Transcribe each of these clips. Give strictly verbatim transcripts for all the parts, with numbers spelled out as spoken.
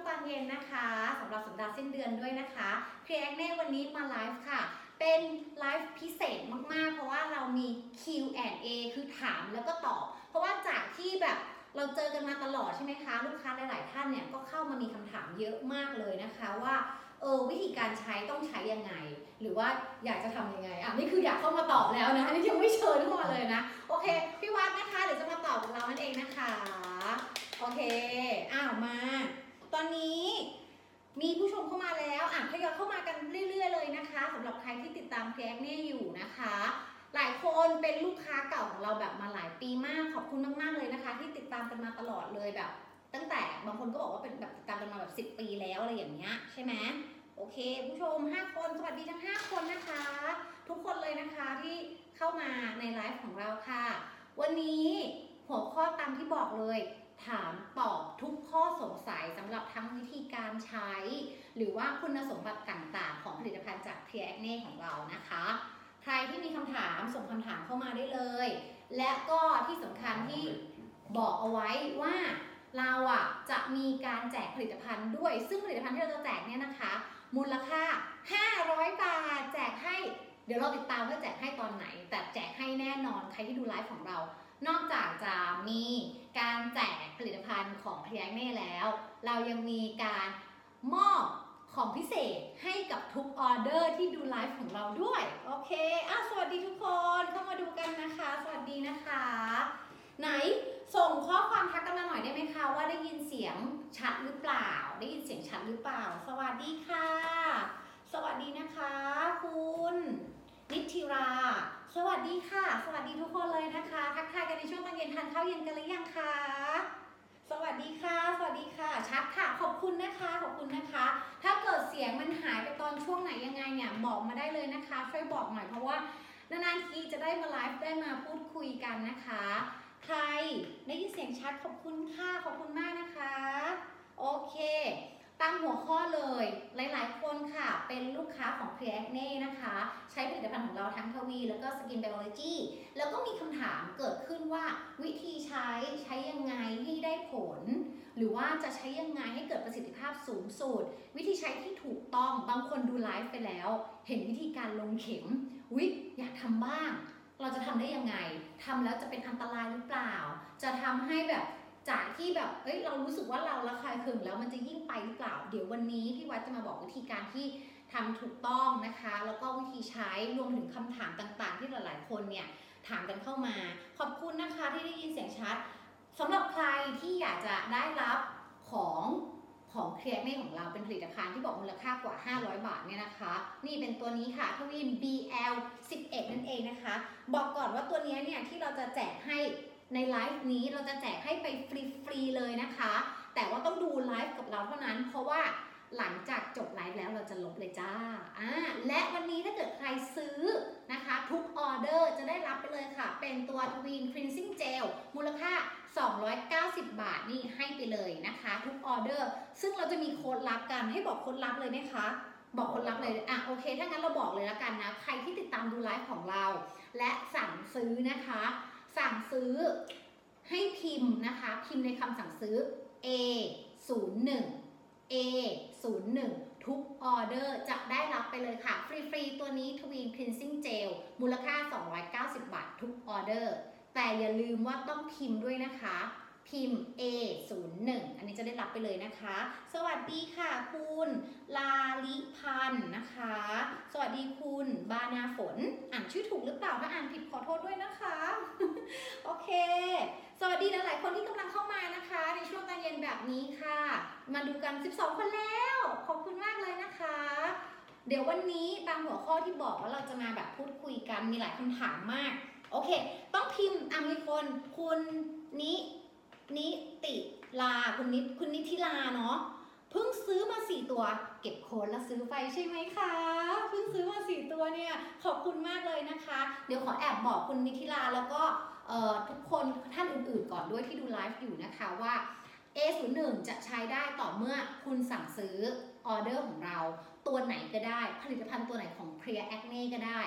ตอนเย็นนะคะสำหรับสัปดาห์สิ้นเดือนด้วยนะคะ Clear Acne วันนี้มาไลฟ์ค่ะเป็นไลฟ์พิเศษมากๆเพราะว่าเรามี คิว แอนด์ เอ คือถามแล้วก็ตอบเพราะว่าจากที่แบบเราเจอกันมาตลอดใช่ไหมคะลูกค้าหลายๆท่านเนี่ยก็เข้ามามีคำถามเยอะมากเลยนะคะว่าเออวิธีการใช้ต้องใช้ยังไงหรือว่าอยากจะทำยังไงอ่ะนี่คืออยากเข้ามาตอบแล้วนะนี่ยังไม่เชิญเข้ามาเลยนะโอเคพี่วัดนะคะเดี๋ยวจะมาตอบกับเรานั่นเองนะคะโอเคอ้าวมาตอนนี้มีผู้ชมเข้ามาแล้วอ่ะทยอยเข้ามากันเรื่อยๆเลยนะคะสำหรับใครที่ติดตามClear Acneอยู่นะคะหลายคนเป็นลูกค้าเก่าของเราแบบมาหลายปีมากขอบคุณมากๆเลยนะคะที่ติดตามกันมาตลอดเลยแบบตั้งแต่บางคนก็บอกว่าเป็นแบบติดตามกันมาแบบสิบปีแล้วอะไรอย่างเงี้ยใช่ไหมโอเคผู้ชมห้าคนสวัสดีทั้งห้าคนนะคะทุกคนเลยนะคะที่เข้ามาในไลฟ์ของเราค่ะวันนี้หัวข้อตามที่บอกเลยถามตอบทุกข้อสงสัยสำหรับทั้งวิธีการใช้หรือว่าคุณสมบัติต่างๆของผลิตภัณฑ์จาก Clear Acne ของเรานะคะใครที่มีคำถามส่งคำถามเข้ามาได้เลยและก็ที่สำคัญที่บอกเอาไว้ว่าเราอ่ะจะมีการแจกผลิตภัณฑ์ด้วยซึ่งผลิตภัณฑ์ที่เราจะแจกเนี่ยนะคะมูลค่าห้าร้อยบาทแจกให้เดี๋ยวเราติดตามว่าแจกให้ตอนไหนแต่แจกให้แน่นอนใครที่ดูไลฟ์ของเรานอกจากจะมีการแจกผลิตภัณฑ์ของ Clear Acne แล้วเรายังมีการมอบของพิเศษให้กับทุกออเดอร์ที่ดูไลฟ์ของเราด้วยโอเคอ่ะสวัสดีทุกคนเข้ามาดูกันนะคะสวัสดีนะคะไหนส่งข้อความทักกันมาหน่อยได้ไหมคะว่าได้ยินเสียงชัดหรือเปล่าได้ยินเสียงชัดหรือเปล่าสวัสดีค่ะสวัสดีนะคะคุณนิธิราสวัสดีค่ะสวัสดีทุกคนเลยนะคะทักทายกันในช่วงตอนเย็นทานข้าวเย็นกันหรือยังคะสวัสดีค่ะสวัสดีค่ะชัดค่ะขอบคุณนะคะขอบคุณนะคะถ้าเกิดเสียงมันหายไปตอนช่วงไหนยังไงเนี่ยบอกมาได้เลยนะคะช่วยบอกหน่อยเพราะว่านานๆทีจะได้มาไลฟ์ได้มาพูดคุยกันนะคะใครได้ยินเสียงชัดขอบคุณค่ะขอบคุณมากนะคะโอเคตามหัวข้อเลยหลายๆคนค่ะเป็นลูกค้าของ Clear Acne นะคะใช้ผลิตภัณฑ์ของเราทั้งทวีแล้วก็ Skin Biology แล้วก็มีคำถามเกิดขึ้นว่าวิธีใช้ใช้ยังไงให้ได้ผลหรือว่าจะใช้ยังไงให้เกิดประสิทธิภาพสูงสุดวิธีใช้ที่ถูกต้องบางคนดูไลฟ์ไปแล้วเห็นวิธีการลงเข็มวิอยากทำบ้างเราจะทำได้ยังไงทำแล้วจะเป็นอันตรายหรือเปล่าจะทำให้แบบจากที่แบบเอ้ยเรารู้สึกว่าเราระคายเคืองแล้วมันจะยิ่งไปหรือเปล่าเดี๋ยววันนี้พี่วัดจะมาบอกวิธีการที่ทำถูกต้องนะคะแล้วก็วิธีใช้รวมถึงคำถามต่างๆที่หลายๆคนเนี่ยถามกันเข้ามาขอบคุณนะคะที่ได้ยินเสียงชัดสำหรับใครที่อยากจะได้รับของของ Clear Acne ของเราเป็นผลิตภัณฑ์ที่บอกมูลค่ากว่าห้าร้อยบาทเนี่ยนะคะนี่เป็นตัวนี้ค่ะทวีน บี แอล สิบเอ็ด นั่นเองนะคะบอกก่อนว่าตัวนี้เนี่ยที่เราจะแจกให้ในไลฟ์นี้เราจะแจกให้ไปฟรีๆเลยนะคะแต่ว่าต้องดูไลฟ์กับเราเท่านั้นเพราะว่าหลังจากจบไลฟ์แล้วเราจะลบเลยจ้าอ่าและวันนี้ถ้าเกิดใครซื้อนะคะทุกออเดอร์จะได้รับไปเลยค่ะเป็นตัวทวีน Cleansing Gel มูลค่าสองร้อยเก้าสิบบาทนี่ให้ไปเลยนะคะทุกออเดอร์ซึ่งเราจะมีโค้ดลับกันให้บอกโค้ดลับเลยไหมคะบอกโค้ดลับเลยอ่ะโอเคถ้างั้นเราบอกเลยแล้วกันนะใครที่ติดตามดูไลฟ์ของเราและสั่งซื้อนะคะสั่งซื้อให้พิมพ์นะคะพิมพ์ในคำสั่งซื้อ เอ ศูนย์หนึ่ง เอ ศูนย์หนึ่ง ทุกออเดอร์จะได้รับไปเลยค่ะฟรีๆตัวนี้ทวีน Cleansing Gel มูลค่าสองร้อยเก้าสิบบาททุกออเดอร์แต่อย่าลืมว่าต้องพิมพ์ด้วยนะคะพิมพ์ เอ ศูนย์หนึ่ง อันนี้จะได้รับไปเลยนะคะสวัสดีค่ะคุณลาลิพันธ์นะคะสวัสดีคุณบานาฝนอ่านชื่อถูกหรือเปล่าถ้าอ่านผิดขอโทษด้วยนะคะ โอเคสวัสดีหลายๆคนที่กำลังเข้ามานะคะในช่วงตอนเย็นแบบนี้ค่ะมาดูกันสิบสองคนแล้วขอบคุณมากเลยนะคะเดี๋ยววันนี้ตามหัวข้อที่บอกว่าเราจะมาแบบพูดคุยกันมีหลายคำถามมากโอเคต้องพิมพ์อ่ะมีคนคุณนินิติลาคุณนิคุณนิธิลาเนาะเพิ่งซื้อมาสี่ตัวเก็บโค้ดแล้วซื้อไปใช่ไหมคะเพิ่งซื้อมาสี่ตัวเนี่ยขอบคุณมากเลยนะคะเดี๋ยวขอแอบบอกคุณนิธิลาแล้วก็ทุกคนท่านอื่นๆก่อนด้วยที่ดูไลฟ์อยู่นะคะว่า เอ ศูนย์หนึ่ง จะใช้ได้ต่อเมื่อคุณสั่งซื้อออเดอร์ของเราตัวไหนก็ได้ผลิตภัณฑ์ตัวไหนของ Clear Acne ก็ได้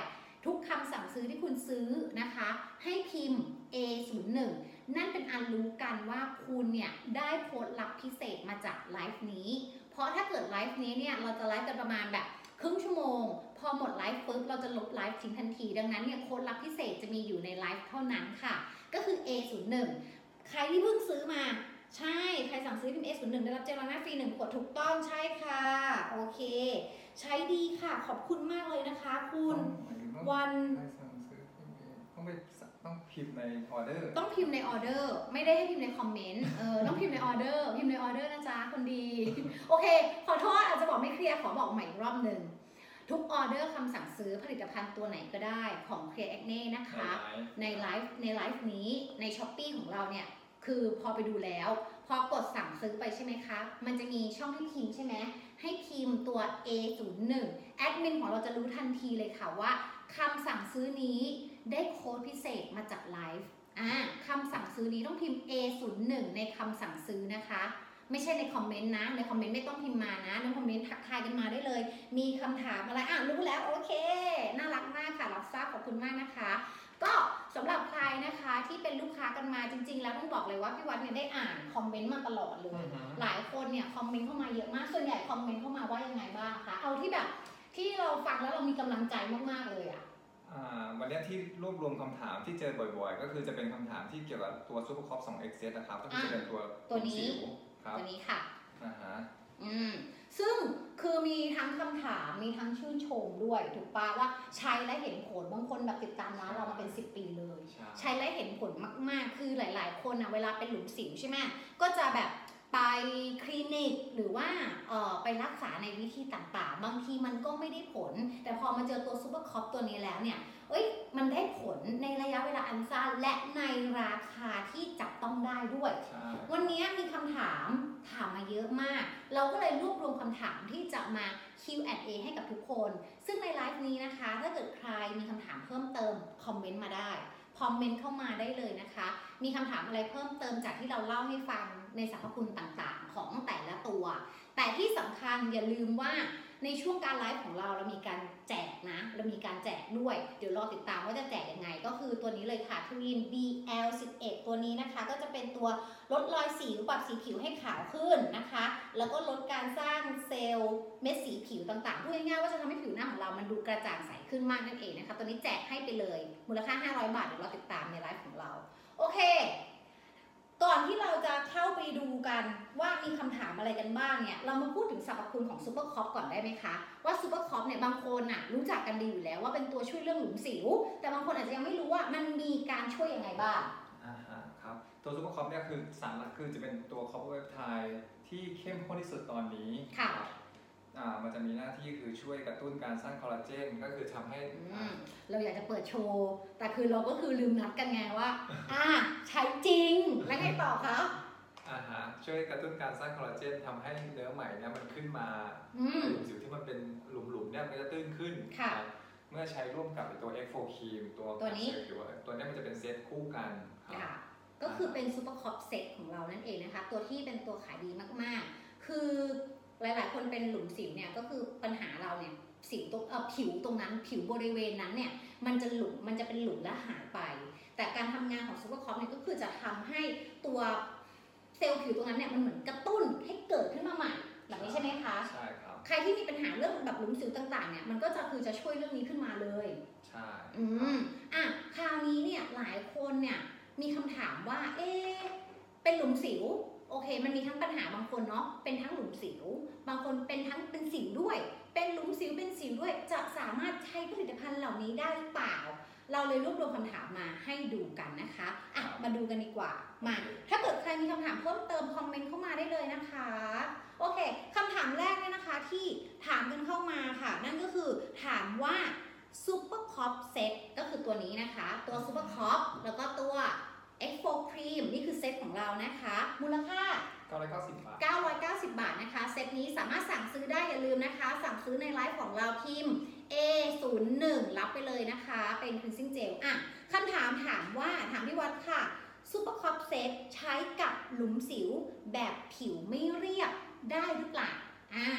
ทุกคำสั่งซื้อที่คุณซื้อนะคะให้พิมพ์ เอ ศูนย์ หนึ่ง นั่นเป็นอันรู้กันว่าคุณเนี่ยได้โค้ดลับพิเศษมาจากไลฟ์นี้เพราะถ้าเกิดไลฟ์นี้เนี่ยเราจะไลฟ์กันประมาณแบบครึ่งชั่วโมงพอหมดไลฟ์ปุ๊บเราจะลบไลฟ์ทิ้งทันทีดังนั้นเนี่ยโค้ดลับพิเศษจะมีอยู่ในไลฟ์เท่านั้นค่ะก็คือ เอ ศูนย์ หนึ่ง ใครที่เพิ่งซื้อมาใช่ใครสั่งซื้อพิมพ์ เอ ศูนย์ หนึ่ง ได้รับเจลล้างหน้าฟรีหนึ่งขวดถูกต้องใช่ค่ะโอเคใช้ดีค่ะขอบคุณมากเลยนะคะคุณวันต้องไปต้องพิมพ์ในออเดอร์ต้องพิมพ์ในออเดอร์ไม่ได้ให้พิมพ์ในคอมเมนต์เออต้องพิมพ์ในออเดอร์พิมพ์ในออเดอร์นะจ๊ะคนดีโอเคขอโทษอาจจะบอกไม่เคลียร์ขอบอกใหม่อีกรอบหนึ่งทุกออเดอร์คำสั่งซื้อผลิตภัณฑ์ตัวไหนก็ได้ของ Clear Acne นะคะในไลฟ์ในไลฟ์นี้ใน Shopee ของเราเนี่ยคือพอไปดูแล้วพอกดสั่งซื้อไปใช่ไหมคะมันจะมีช่องให้พิมพ์ใช่ไหมให้พิมพ์ตัว เอ ศูนย์ หนึ่ง แอดมินของเราจะรู้ทันทีเลยค่ะว่าคำสั่งซื้อนี้ได้โค้ดพิเศษมาจากไลฟ์อ่าคำสั่งซื้อนี้ต้องพิมพ์ เอ ศูนย์ หนึ่ง ในคำสั่งซื้อนะคะไม่ใช่ในคอมเมนต์นะในคอมเมนต์ไม่ต้องพิมพ์มานะในคอมเมนต์ทักทายกันมาได้เลยมีคำถามอะไรอ่ะรู้แล้วโอเคน่ารักมากค่ะรับทราบขอบคุณมากนะคะก็สำหรับใครนะคะที่เป็นลูกค้ากันมาจริงๆแล้วต้องบอกเลยว่าพี่วัดเนี่ยได้อ่านคอมเมนต์มาตลอดเลยหลายคนเนี่ยคอมเมนต์เข้ามาเยอะมากส่วนใหญ่คอมเมนต์เข้ามาว่ายังไงบ้างคะเอาที่แบบที่เราฟังแล้วเรามีกำลังใจมากๆเลยอ่ะวันนี้ที่รวบรวมคำถามที่เจอบ่อยๆก็คือจะเป็นคำถามที่เกี่ยวกับตัวซูเปอร์คอปสอง เอ็กซ์ เซต นะครับก็คือจะเป็นตัวตัวนี้ตัวนี้ค่ะอ่าฮะอืมซึ่งคือมีทั้งคำถามมีทั้งชื่นชมด้วยถูกปะว่าใช้และเห็นผลบางคนแบบติดตามร้านเรามาเป็นสิบปีเลยใช้และเห็นผลมากๆคือหลายๆคนอ่ะเวลาเป็นหลุมสิวใช่ไหมก็จะแบบไปคลินิกหรือว่าเอ่อไปรักษาในวิธีต่างๆบางทีมันก็ไม่ได้ผลแต่พอมาเจอตัวซูเปอร์คอปตัวนี้แล้วเนี่ยเอ้ยมันได้ผลในระยะเวลาอันสั้นและในราคาที่จับต้องได้ด้วยวันนี้มีคำถามถามมาเยอะมากเราก็เลยรวบรวมคำถามที่จะมา คิว แอนด์ เอ ให้กับทุกคนซึ่งในไลฟ์นี้นะคะถ้าเกิดใครมีคำถามเพิ่มเติมคอมเมนต์มาได้คอมเมนต์เข้ามาได้เลยนะคะมีคำถามอะไรเพิ่มเติมจากที่เราเล่าให้ฟังในสรรพคุณต่างๆของแต่ละตัวแต่ที่สำคัญอย่าลืมว่าในช่วงการไลฟ์ของเราเรามีการแจกนะเรามีการแจกด้วยเดี๋ยวรอติดตามว่าจะแจกยังไงก็คือตัวนี้เลยค่ะทูริน บี แอล สิบเอ็ด ตัวนี้นะคะก็จะเป็นตัวลดรอยสิวปรับสีผิวให้ขาวขึ้นนะคะแล้วก็ลดการสร้างเซลล์เม็ดสีผิวต่างๆพูดง่ายๆว่าจะทำให้ผิวหน้าของเรามันดูกระจ่างใสขึ้นมากนั่นเองนะคะตัวนี้แจกให้ไปเลยมูลค่าห้าร้อยบาทเดี๋ยวเราติดตามในไลฟ์ของเราโอเคก่อนที่เราจะเข้าไปดูกันว่ามีคำถามอะไรกันบ้างเนี่ยเรามาพูดถึงสรรพคุณของซูเปอร์คอปก่อนได้ไหมคะว่าซูเปอร์คอปเนี่ยบางคนน่ะรู้จักกันดีอยู่แล้วว่าเป็นตัวช่วยเรื่องหลุมสิวแต่บางคนอาจจะยังไม่รู้ว่ามันมีการช่วยยังไงบ้างอ่าฮะครับตัวซูเปอร์คอปเนี่ยคือสารหลักคือจะเป็นตัวคอปเปอร์เปปไทด์ที่เข้มข้นที่สุดตอนนี้ค่ะอ่ามันจะมีหน้าที่คือช่วยกระตุ้นการสร้างคอลลาเจนก็คือทำให้เราอยากจะเปิดโชว์แต่คือเราก็คือลืมนัดกันไงว่าอ่าใช้จริงแล้วไงต่อคะอ่าฮะช่วยกระตุ้นการสร้างคอลลาเจนทำให้เนื้อใหม่เนี่ยมันขึ้นมาหลุมสิวที่มันเป็นหลุมๆเนี่ยมันจะตื้นขึ้นเมื่อใช้ร่วมกับตัว เอ็กซ์ โฟร์ ครีมตัวตัวนี้ตัวนี้มันจะเป็นเซตคู่กันค่ะก็คือเป็นซูเปอร์คอปเซตของเรานั่นเองนะคะตัวที่เป็นตัวขายดีมากๆคือหลายๆคนเป็นหลุมสิวเนี่ยก็คือปัญหาเราเนี่ยสิวตรงเอ่อผิวตรงนั้นผิวบริเวณนั้นเนี่ยมันจะหลุมมันจะเป็นหลุมและหายไปแต่การทำงานของซูเปอร์คอปเนี่ยก็คือจะทำให้ตัวเซลล์ผิวตรงนั้นเนี่ยมันเหมือนกระตุ้นให้เกิดขึ้นมาใหม่แบบนี้ใช่ไหมคะใช่ครับใครที่มีปัญหาเรื่องแบบหลุมสิวต่างๆเนี่ยมันก็จะคือจะช่วยเรื่องนี้ขึ้นมาเลยใช่อืมอ่ะคราวนี้เนี่ยหลายคนเนี่ยมีคำถามว่าเอ๊ะเป็นหลุมสิวโอเคมันมีทั้งปัญหาบางคนเนาะเป็นทั้งหลุมสิวบางคนเป็นทั้งเป็นสิวด้วยเป็นหลุมสิวเป็นสิวด้วยจะสามารถใช้ผลิตภัณฑ์เหล่านี้ได้หรือเปล่าเราเลยรวบรวมคำถามมาให้ดูกันนะคะอ่ะมาดูกันดีกว่ามาถ้าเกิดใครมีคำถามเพิ่มเติมคอมเมนต์เข้ามาได้เลยนะคะโอเคคำถามแรกเนี่ยนะคะที่ถามกันเข้ามาค่ะนั่นก็คือถามว่าซูเปอร์คอปเซตก็คือตัวนี้นะคะตัวซูเปอร์คอปแล้วก็ตัว เอ็กซ์ โฟร์ Cream นี่คือเซตของเรานะคะมูลค่าเก้าร้อยเก้าสิบบาทเก้าร้อยเก้าสิบบาทนะคะเซตนี้สามารถสั่งซื้อได้อย่าลืมนะคะสั่งซื้อในไลฟ์ของเราพิมพ์ เอ ศูนย์ หนึ่ง รับไปเลยนะคะเป็น cleansing gel อ่ะคำถามถามว่าถามพี่วัดค่ะซูเปอร์คอปเซตใช้กับหลุมสิวแบบผิวไม่เรียบได้หรือเปล่าอ่า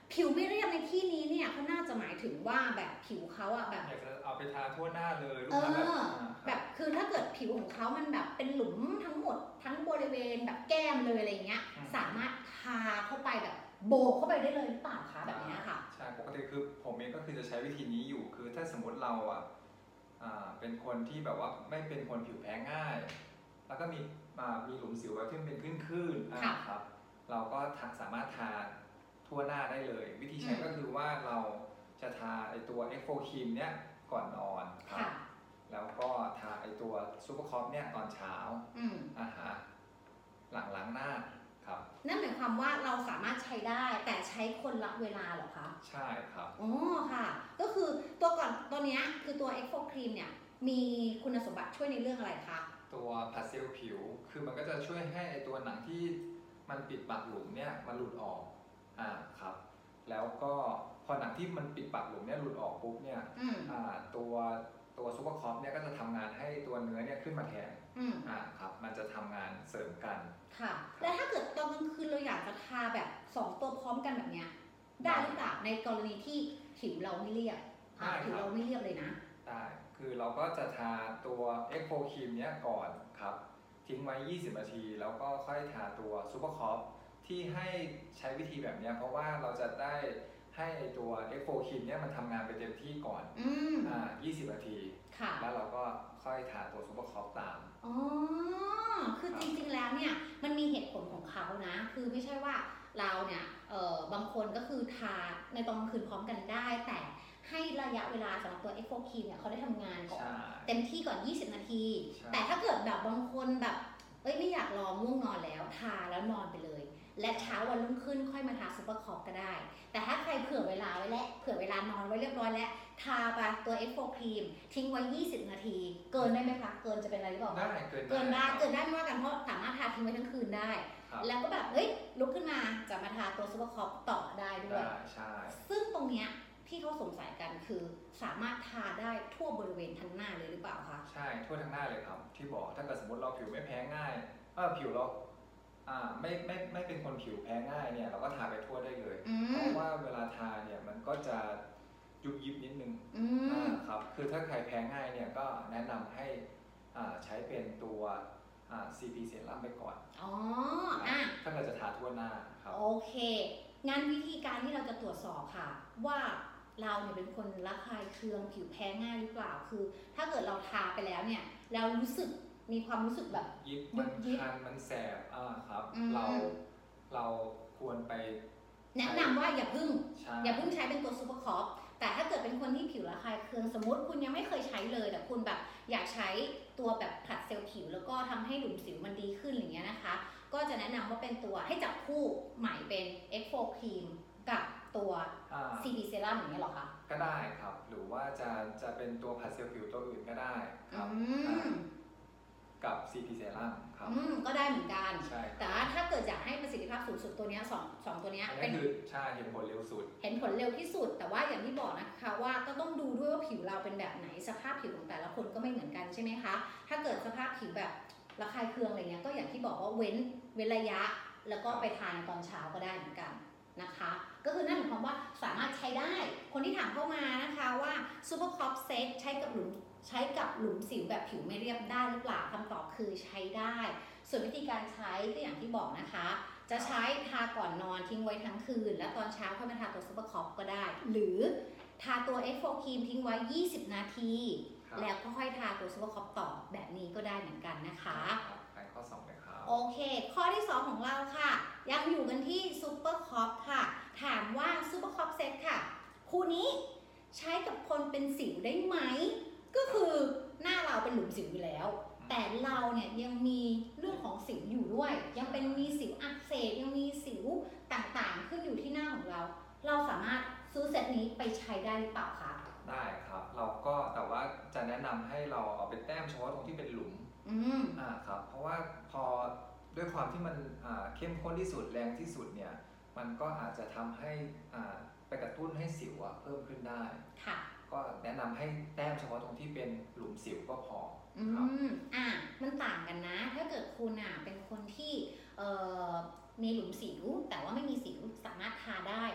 ผิวไม่เรียบในที่นี้เนี่ยเขาน่าจะหมายถึงว่าแบบผิวเขาอะแบบอยากจะเอาไปทาทั่วหน้าเลยลูเอกค้าแบบออ่าแบบคือถ้าเกิดผิวของเขามันแบบเป็นหลุมทั้งหมดทั้งบริเวณแบบแก้มเลยอะไรเงี้ยสามารถทาเข้าไปแบบโบกเข้าไปได้เลยหรือเปล่าคะแบบเนี้ยค่ะใช่ปกติคือผมเองก็คือจะใช้วิธีนี้อยู่คือถ้าสมมติเราอ่ะอ่าเป็นคนที่แบบว่าไม่เป็นคนผิวแพ้ง่าย แล้วก็มีอ่ามีหลุมสิวแบบที่มันเป็นคลื่นๆอ่าค่ะครับเราก็ทาสามารถทาทั่วหน้าได้เลย วิธีใช้อืมก็คือว่าเราจะทาไอตัว เอ็กซ์ โฟร์ ครีมเนี้ยก่อนนอนครัค่ะบแล้วก็ทาไอตัวซูเปอร์คอปเนี่ยตอนเช้าอืมอ่าฮะหลังล้างหน้าครับนั่นหมายความว่าเราสามารถใช้ได้แต่ใช้คนละเวลาเหรอคะใช่ครับอ๋อค่ะ ก็คือตัวก่อนตัวเนี้ยคือตัว เอ็กซ์ โฟร์ Cream เนี่ยมีคุณสมบัติช่วยในเรื่องอะไรคะตัวพัซเซลผิว คือมันก็จะช่วยให้ไอตัวหนังที่มันปิดปากหลุมเนี่ยมันหลุดออก อ่าครับ แล้วก็พอหนังที่มันปิดปากหลุมเนี่ยหลุดออกปุ๊บเนี่ยอืมอ่าตัวตัวซูเปอร์คอปเนี่ยก็จะทำงานให้ตัวเนื้อเนี่ยขึ้นมาแทนอืมอ่าครับ มันจะทำงานเสริมกันค่ะ แล้วถ้าเกิดตอนกลางคืนเราอยากจะทาแบบสองตัวพร้อมกันแบบเนี้ยได้หรือเปล่าในกรณีที่ผิวเราไม่เรียบอ่าได้ครับผิวเราไม่เรียบเลยนะได้ คือเราก็จะทาตัว เอ็กซ์ โฟร์ ครีมเนี้ยก่อนครับ ทิ้งไว้ ยี่สิบ นาที แล้วก็ค่อยทาตัวซูเปอร์คอปที่ให้ใช้วิธีแบบเนี้ยเพราะว่าเราจะได้ให้ตัว เอ็กซ์ โฟร์ ครีมเนี้ยมันทำงานไปเต็มที่ก่อนอืมอ่า ยี่สิบ นาทีค่ะแล้วเราก็ค่อยทาตัวซูเปอร์คอปตามอ๋อ คือจริงๆ แล้วเนี่ยมันมีเหตุผลของเขานะ คือไม่ใช่ว่าเราเนี่ยเออบางคนก็คือทาในตอนกลางคืนพร้อมกันได้ แต่ให้ระยะเวลาสำหรับตัว เอ็กซ์ โฟร์ Cream เนี่ยเขาได้ทำงานก่อนใช่เต็มที่ก่อน ยี่สิบ นาทีใช่แต่ถ้าเกิดแบบบางคนแบบเอ้ยไม่อยากรอง่วงนอนแล้วทาแล้วนอนไปเลย และเช้าวันรุ่งขึ้นค่อยมาทาซูเปอร์คอปก็ได้ แต่ถ้าใครเผื่อเวลาไว้แล้วเผื่อเวลานอนไว้เรียบร้อยแล้วทาไปตัว เอ็กซ์ โฟร์ Cream ทิ้งไว้ ยี่สิบ นาที เกินได้ไหมคะ เกินจะเป็นอะไรหรือเปล่าได้เกินเกินได้ครับเกินได้ไม่ว่ากันเพราะสามารถทาทิ้งไว้ทั้งคืนได้ครับแล้วก็แบบเฮ้ยลุกขึ้นมาจะมาทาตัวซูเปอร์คอปต่อได้ด้วยได้ใช่ซึ่งตรงเนี้ยที่เขาสงสัยกันคือสามารถทาได้ทั่วบริเวณทั้งหน้าเลยหรือเปล่าคะใช่ทั่วทั้งหน้าเลยครับ ที่บอกถ้าเกิดสมมติเราผิวไม่แพ้ง่ายเออผิวเราอ่าไม่ไม่ไม่เป็นคนผิวแพ้ง่ายเนี่ยเราก็ทาไปทั่วได้เลยอืเพมราะว่าเวลาทาเนี่ยมันก็จะยุบยิบนิดนึงอืมอ่าครับคือถ้าใครแพ้ง่ายเนี่ยก็แนะนำให้อ่าใช้เป็นตัวอ่า ซี พี เซรั่มไปก่อนอ๋ออ่ะถ้าเกิดจะทาทั่วหน้าครับโอเค งั้นวิธีการที่เราจะตรวจสอบค่ะ ว่าเราเนี่ยเป็นคนระคายเคืองผิวแพ้ง่ายหรือเปล่า คือ ถ้าเกิดเราทาไปแล้วเนี่ยเรารู้สึกมีความรู้สึกแบบยิบมันยิบคันมันแสบอ่าครับอืมเราเราควรไปแนะนำว่าอย่าพึ่งใช่อย่าเพิ่งใช้เป็นตัวซูเปอร์คอปแต่ถ้าเกิดเป็นคนที่ผิวระคายเคืองสมมติคุณยังไม่เคยใช้เลยแต่คุณแบบอยากใช้ตัวแบบผลัดเซลล์ผิว แล้วก็ทำให้หลุมสิวมันดีขึ้นอย่างเงี้ยนะคะ ก็จะแนะนำว่าเป็นตัวให้จับคู่ใหม่เป็น เอ็กซ์ โฟร์ Cream กับตัวอ่าซี พี Serum อย่างเงี้ยเหรอคะก็ได้ครับ หรือว่าจะจะเป็นตัวผัดเซลล์ผิวตัวอื่นก็ได้ครับอือ่าม กับ ซี พี เซรั่มครับอืมก็ได้เหมือนกันใช่แต่ว่าถ้าเกิดอยากให้ประสิทธิภาพสูงสุดตัวเนี้ยสองสองตัวเนี้ยอันเป็นี้นคือใช่เห็นผลเร็วสุดเห็นผลเร็วที่สุด แต่ว่าอย่างที่บอกนะคะว่าก็ต้องดูด้วยว่าผิวเราเป็นแบบไหนสภาพผิวของแต่ละคนก็ไม่เหมือนกันใช่ไหมคะถ้าเกิดสภาพผิวแบบระคายเคืองอะไรเงี้ยก็อย่างที่บอกว่าเว้นเว้นระยะ แล้วก็ไปทานตอนเช้าก็ได้เหมือนกันนะคะ ก็คือนั่นหมายความว่าสามารถใช้ได้ คนที่ถามเข้ามานะคะว่า Super Crop Set ใช้กับหลุมใช้กับหลุมสิวแบบผิวไม่เรียบได้หรือเปล่าคำตอบคือใช้ได้ ส่วนวิธีการใช้ก็อย่างที่บอกนะคะ จะใช้ทาก่อนนอนทิ้งไว้ทั้งคืน แล้วตอนเช้าค่อยมาทาตัว Super Crop ก็ได้ หรือทาตัว เอ็กซ์ โฟร์ Cream ทิ้งไว้ ยี่สิบ นาทีครับแล้วก็ค่อยทาตัว Super Crop ต่อแบบนี้ก็ได้เหมือนกันนะคะครับไปข้อสองเลยครับโอเค ข้อที่สองของเราค่ะ ยังอยู่กันที่ Super Crop ค่ะ ถามว่า Super Crop Set ค่ะคู่นี้ใช้กับคนเป็นสิวได้ไหม ก็คือหน้าเราเป็นหลุมสิวอยู่แล้ว แต่เราเนี่ยยังมีเรื่องของสิวอยู่ด้วย ยังเป็นมีสิวอักเสบยังมีสิวต่างๆ ขึ้นอยู่ที่หน้าของเรา เราสามารถซื้อเซตนี้ไปใช้ได้หรือเปล่าคะได้ครับ เราก็แต่ว่าจะแนะนำให้เราเอาไปแต้มเฉพาะตรงที่เป็นหลุมอืมอ่าครับ เพราะว่าพอด้วยความที่มันอ่าเข้มข้นที่สุดแรงที่สุดเนี่ย มันก็อาจจะทำให้อ่าไปกระตุ้นให้สิวอะเพิ่มขึ้นได้ค่ะก็แนะนำให้แต้มเฉพาะตรงที่เป็นหลุมสิวก็พออืครับม อ่ะ มันต่างกันนะ ถ้าเกิดคุณอ่ะเป็นคนที่เอ่อมีหลุมสิว แต่ว่าไม่มีสิวสามารถทาได้ทั่ว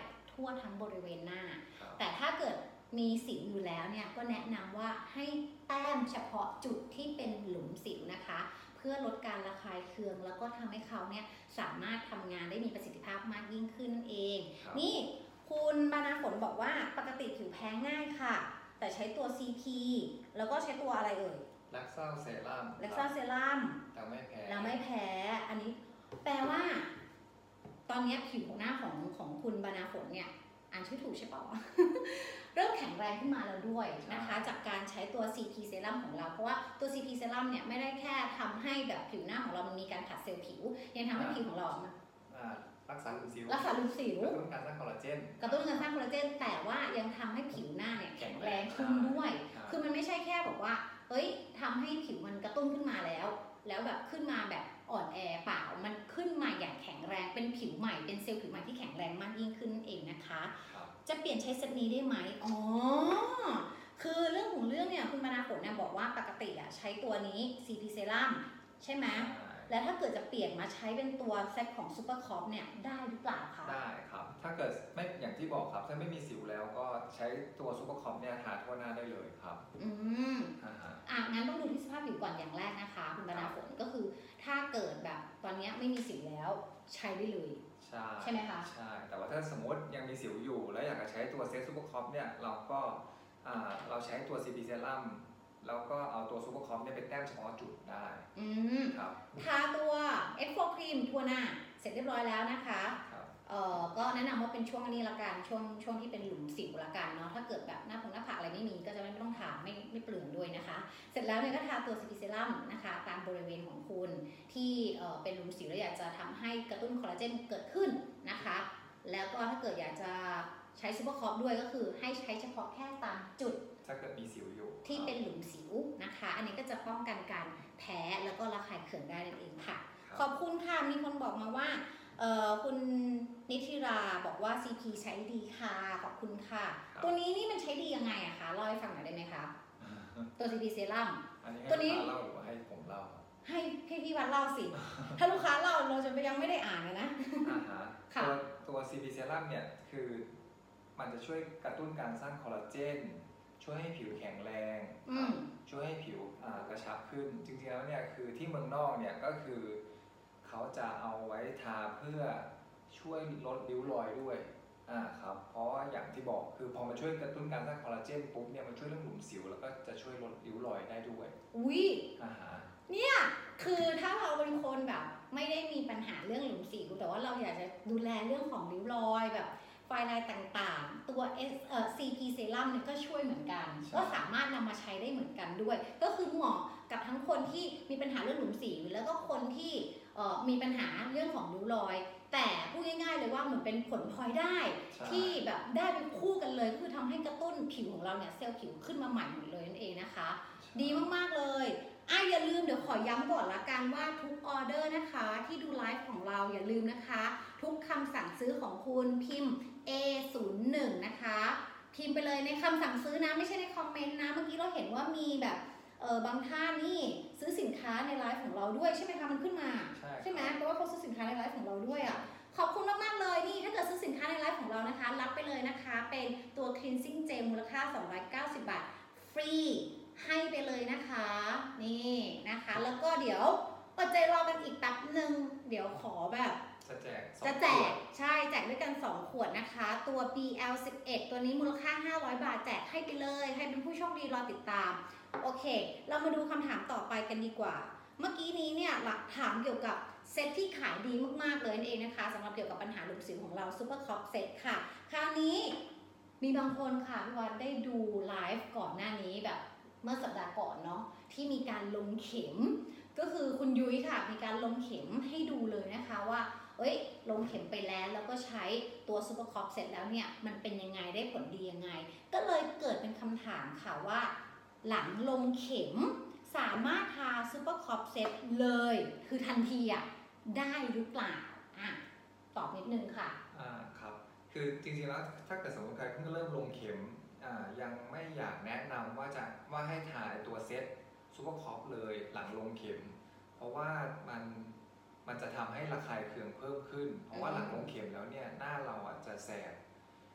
ทั่วทั้งบริเวณหน้าครับแต่ถ้าเกิดมีสิวอยู่แล้วเนี่ยก็แนะนำว่าให้แต้มเฉพาะจุดที่เป็นหลุมสิวนะคะ เพื่อลดการระคายเคืองแล้วก็ทำให้เขาเนี่ยสามารถทำงานได้มีประสิทธิภาพมากยิ่งขึ้นนั่นเองครับนี่คุณบานาฝนบอกว่าปกติผิวแพ้ง่ายค่ะ แต่ใช้ตัว ซี พี แล้วก็ใช้ตัวอะไรเอ่ยแล็กซ่าเซรั่มเล็กซ่าเซรั่มแต่ไม่แพ้เราไม่แพ้ อันนี้แปลว่า ตอนนี้ผิวหน้าของของคุณบานาฝนเนี่ยอ่านชื่อถูกใช่เปล่า เริ่มแข็งแรงขึ้นมาแล้วด้วยนะคะ จากการใช้ตัว ซี พี เซรั่มของเรา เพราะว่าตัว ซี พี เซรั่มเนี่ยไม่ได้แค่ทำให้แบบผิวหน้าของเรามันมีการขัดเซลล์ผิว ยังทำให้ผิวของเรามันอ่ารักษาหลุมสิวรักษาหลุมสิวกระตุ้นการสร้างคอลลาเจนกระตุ้นการสร้างคอลลาเจนแต่ว่ายังทำให้ผิวหน้าเนี่ยแข็งแรงขึ้นด้วยครับคือมันไม่ใช่แค่บอกว่าเฮ้ยทำให้ผิวมันกระตุ้นขึ้นมาแล้ว แล้วแบบขึ้นมาแบบอ่อนแอเปล่า มันขึ้นมาอย่างแข็งแรง เป็นผิวใหม่ เป็นเซลล์ผิวใหม่ที่แข็งแรงมากยิ่งขึ้นเองนะคะครับจะเปลี่ยนใช้เซตนี้ได้ไหมอ๋อ คือเรื่องของเรื่องเนี่ยคุณมานาฝนเนี่ยบอกว่าปกติอะใช้ตัวนี้ ซี พี เซรั่มใช่ไหมใช่แล้วถ้าเกิดจะเปลี่ยนมาใช้เป็นตัวเซตของซูเปอร์คอปเนี่ยได้หรือเปล่าคะได้ครับ ถ้าเกิดไม่อย่างที่บอกครับถ้าไม่มีสิวแล้วก็ใช้ตัวซูเปอร์คอมเนี่ยทาทั่วหน้าได้เลยครับอืมอ่าฮะอ่ะงั้นต้องดูที่สภาพผิวก่อนอย่างแรกนะคะคุณบรรณาฝนก็คือถ้าเกิดแบบตอนนี้ไม่มีสิวแล้วใช้ได้เลยใช่ใช่ไหมคะใช่ แต่ว่าถ้าสมมติยังมีสิวอยู่ แล้วอยากจะใช้ตัวเซตซูเปอร์คอมเนี่ยเราก็อ่าเราใช้ตัว ซี พี เซรั่มแล้วก็เอาตัวซูเปอร์คอมเนี่ยไปแต้มเฉพาะจุดได้อืมครับทาตัว เอ็กซ์ โฟร์ Cream ทั่วหน้าเสร็จเรียบร้อยแล้วนะคะครับเอ่อก็แนะนำว่าเป็นช่วงนี้ละกันช่วงช่วงที่เป็นหลุมสิวละกันเนาะถ้าเกิดแบบหน้าผงหน้าผากอะไรไม่มีก็จะไม่ต้องทาไม่ไม่เปลืองด้วยนะคะ เสร็จแล้วเนี่ยก็ทาตัว ซี พี เซรั่มนะคะตามบริเวณของคุณที่เอ่อเป็นหลุมสิวแล้วอยากจะทำให้กระตุ้นคอลลาเจนเกิดขึ้นนะคะ แล้วก็ถ้าเกิดอยากจะใช้ซูเปอร์คอปด้วยก็คือให้ใช้เฉพาะแค่ตามจุดถ้าเกิดมีสิวอยู่ที่เป็นหลุมสิวนะคะ อันนี้ก็จะป้องกันการแพ้แล้วก็ระคายเคืองได้นั่นเองค่ะครับขอบคุณค่ะ มีคนบอกมาว่าเอ่อคุณนิธิราบอกว่า ซี พี ใช้ดีค่ะ ขอบคุณค่ะ ตัวนี้นี่มันใช้ดียังไงอะคะเล่าให้ฟังหน่อยได้ไหมคะ ตัว ซี พี เซรั่มอันนี้ตัวนี้ให้ลูกค้าเล่าหรือว่าให้ผมเล่าครับให้ให้พี่วัดเล่าสิ ถ้าลูกค้าเล่าเราจะยังไม่ได้อ่านเลยนะอ่าฮะค่ะตัวตัว ซี พี เซรั่มเนี่ยคือมันจะช่วยกระตุ้นการสร้างคอลลาเจนช่วยให้ผิวแข็งแรงอืมช่วยให้ผิวอ่ากระชับขึ้น จริงๆแล้วเนี่ยคือที่เมืองนอกเนี่ยก็คือเขาจะเอาไว้ทาเพื่อช่วยลดริ้วรอยด้วยอ่าครับเพราะว่าอย่างที่บอกคือพอมันช่วยกระตุ้นการสร้างคอลลาเจนปุ๊บเนี่ยมันช่วยเรื่องหลุมสิวแล้วก็จะช่วยลดริ้วรอยได้ด้วยอุ้ยอ่าฮะเนี่ยคือถ้าเราเป็นคนแบบไม่ได้มีปัญหาเรื่องหลุมสิวแต่ว่าเราอยากจะดูแลเรื่องของริ้วรอยแบบไฟลายต่างๆ ตัว S เอ่อ ซี พี เซรั่มเนี่ยก็ช่วยเหมือนกันใช่ก็สามารถนำมาใช้ได้เหมือนกันด้วย ก็คือเหมาะกับทั้งคนที่มีปัญหาเรื่องหลุมสิวแล้วก็คนที่เอ่อมีปัญหาเรื่องของริ้วรอย แต่พูดง่ายๆเลยว่าเหมือนเป็นผลพลอยได้ใช่ที่แบบได้เป็นคู่กันเลยก็คือทำให้กระตุ้นผิวของเราเนี่ยเซลล์ผิวขึ้นมาใหม่หมดเลยนั่นเองนะคะ ดีมากๆเลยอ่ะอย่าลืมเดี๋ยวขอย้ำก่อนละกันว่าทุกออเดอร์นะคะที่ดูไลฟ์ของเราอย่าลืมนะคะ ทุกคำสั่งซื้อของคุณพิมพ์ เอ ศูนย์ หนึ่ง นะคะ พิมพ์ไปเลยในคำสั่งซื้อนะไม่ใช่ในคอมเมนต์นะเมื่อกี้เราเห็นว่ามีแบบเออบางท่านนี่ซื้อสินค้าในไลฟ์ของเราด้วยใช่ไหมคะมันขึ้นมาใช่ใช่ไหมเพราะว่าเขาซื้อสินค้าในไลฟ์ของเราด้วยอ่ะ ขอบคุณมาก ๆ เลยนี่ถ้าเกิดซื้อสินค้าในไลฟ์ของเรานะคะรับไปเลยนะคะเป็นตัว cleansing gel มูลค่า สองร้อยเก้าสิบ บาท ฟรีให้ไปเลยนะคะนี่นะคะแล้วก็เดี๋ยวอดใจรอกันอีกแป๊บหนึ่งเดี๋ยวขอแบบจะแจกสองจะแจขวกดใช่แจกด้วยกันสองขวดนะคะ ตัว บี แอล สิบเอ็ด ตัวนี้มูลค่าห้าร้อยบาทแจกให้ไปเลยให้เป็นผู้โชคดีรอติดตามโอเค เรามาดูคำถามต่อไปกันดีกว่า เมื่อกี้นี้เนี่ยหลักถามเกี่ยวกับเซตที่ขายดีมากๆเลยนั่นเองนะคะสำหรับเกี่ยวกับปัญหาหลุมสิวของเรา Super Crop Set ค่ะ คราวนี้มีบางคนค่ะพี่วัดได้ดูไลฟ์ก่อนหน้านี้แบบเมื่อสัปดาห์ก่อนเนาะที่มีการลงเข็ม ก็คือคุณยุ้ยค่ะมีการลงเข็มให้ดูเลยนะคะว่าเอ้ยลงเข็มไปแล้วแล้วก็ใช้ตัว Super Crop Set แล้วเนี่ยมันเป็นยังไงได้ผลดียังไง ก็เลยเกิดเป็นคำถามค่ะว่า หลังลงเข็มสามารถทา Super Crop Set เลยคือทันทีอ่ะได้หรือเปล่าอ่ะตอบนิดนึงค่ะอ่าครับคือจริงๆแล้วถ้าเกิดสมมติใครเพิ่งเริ่มลงเข็มอ่ายังไม่อยากแนะนำว่าจะว่าให้ทาตัวเซตซูเปอร์คอปเลยหลังลงเข็ม เพราะว่ามันมันจะทำให้ระคายเคืองเพิ่มขึ้น เพราะว่าหลังลงเข็มแล้วเนี่ยหน้าเราอ่ะจะแสบ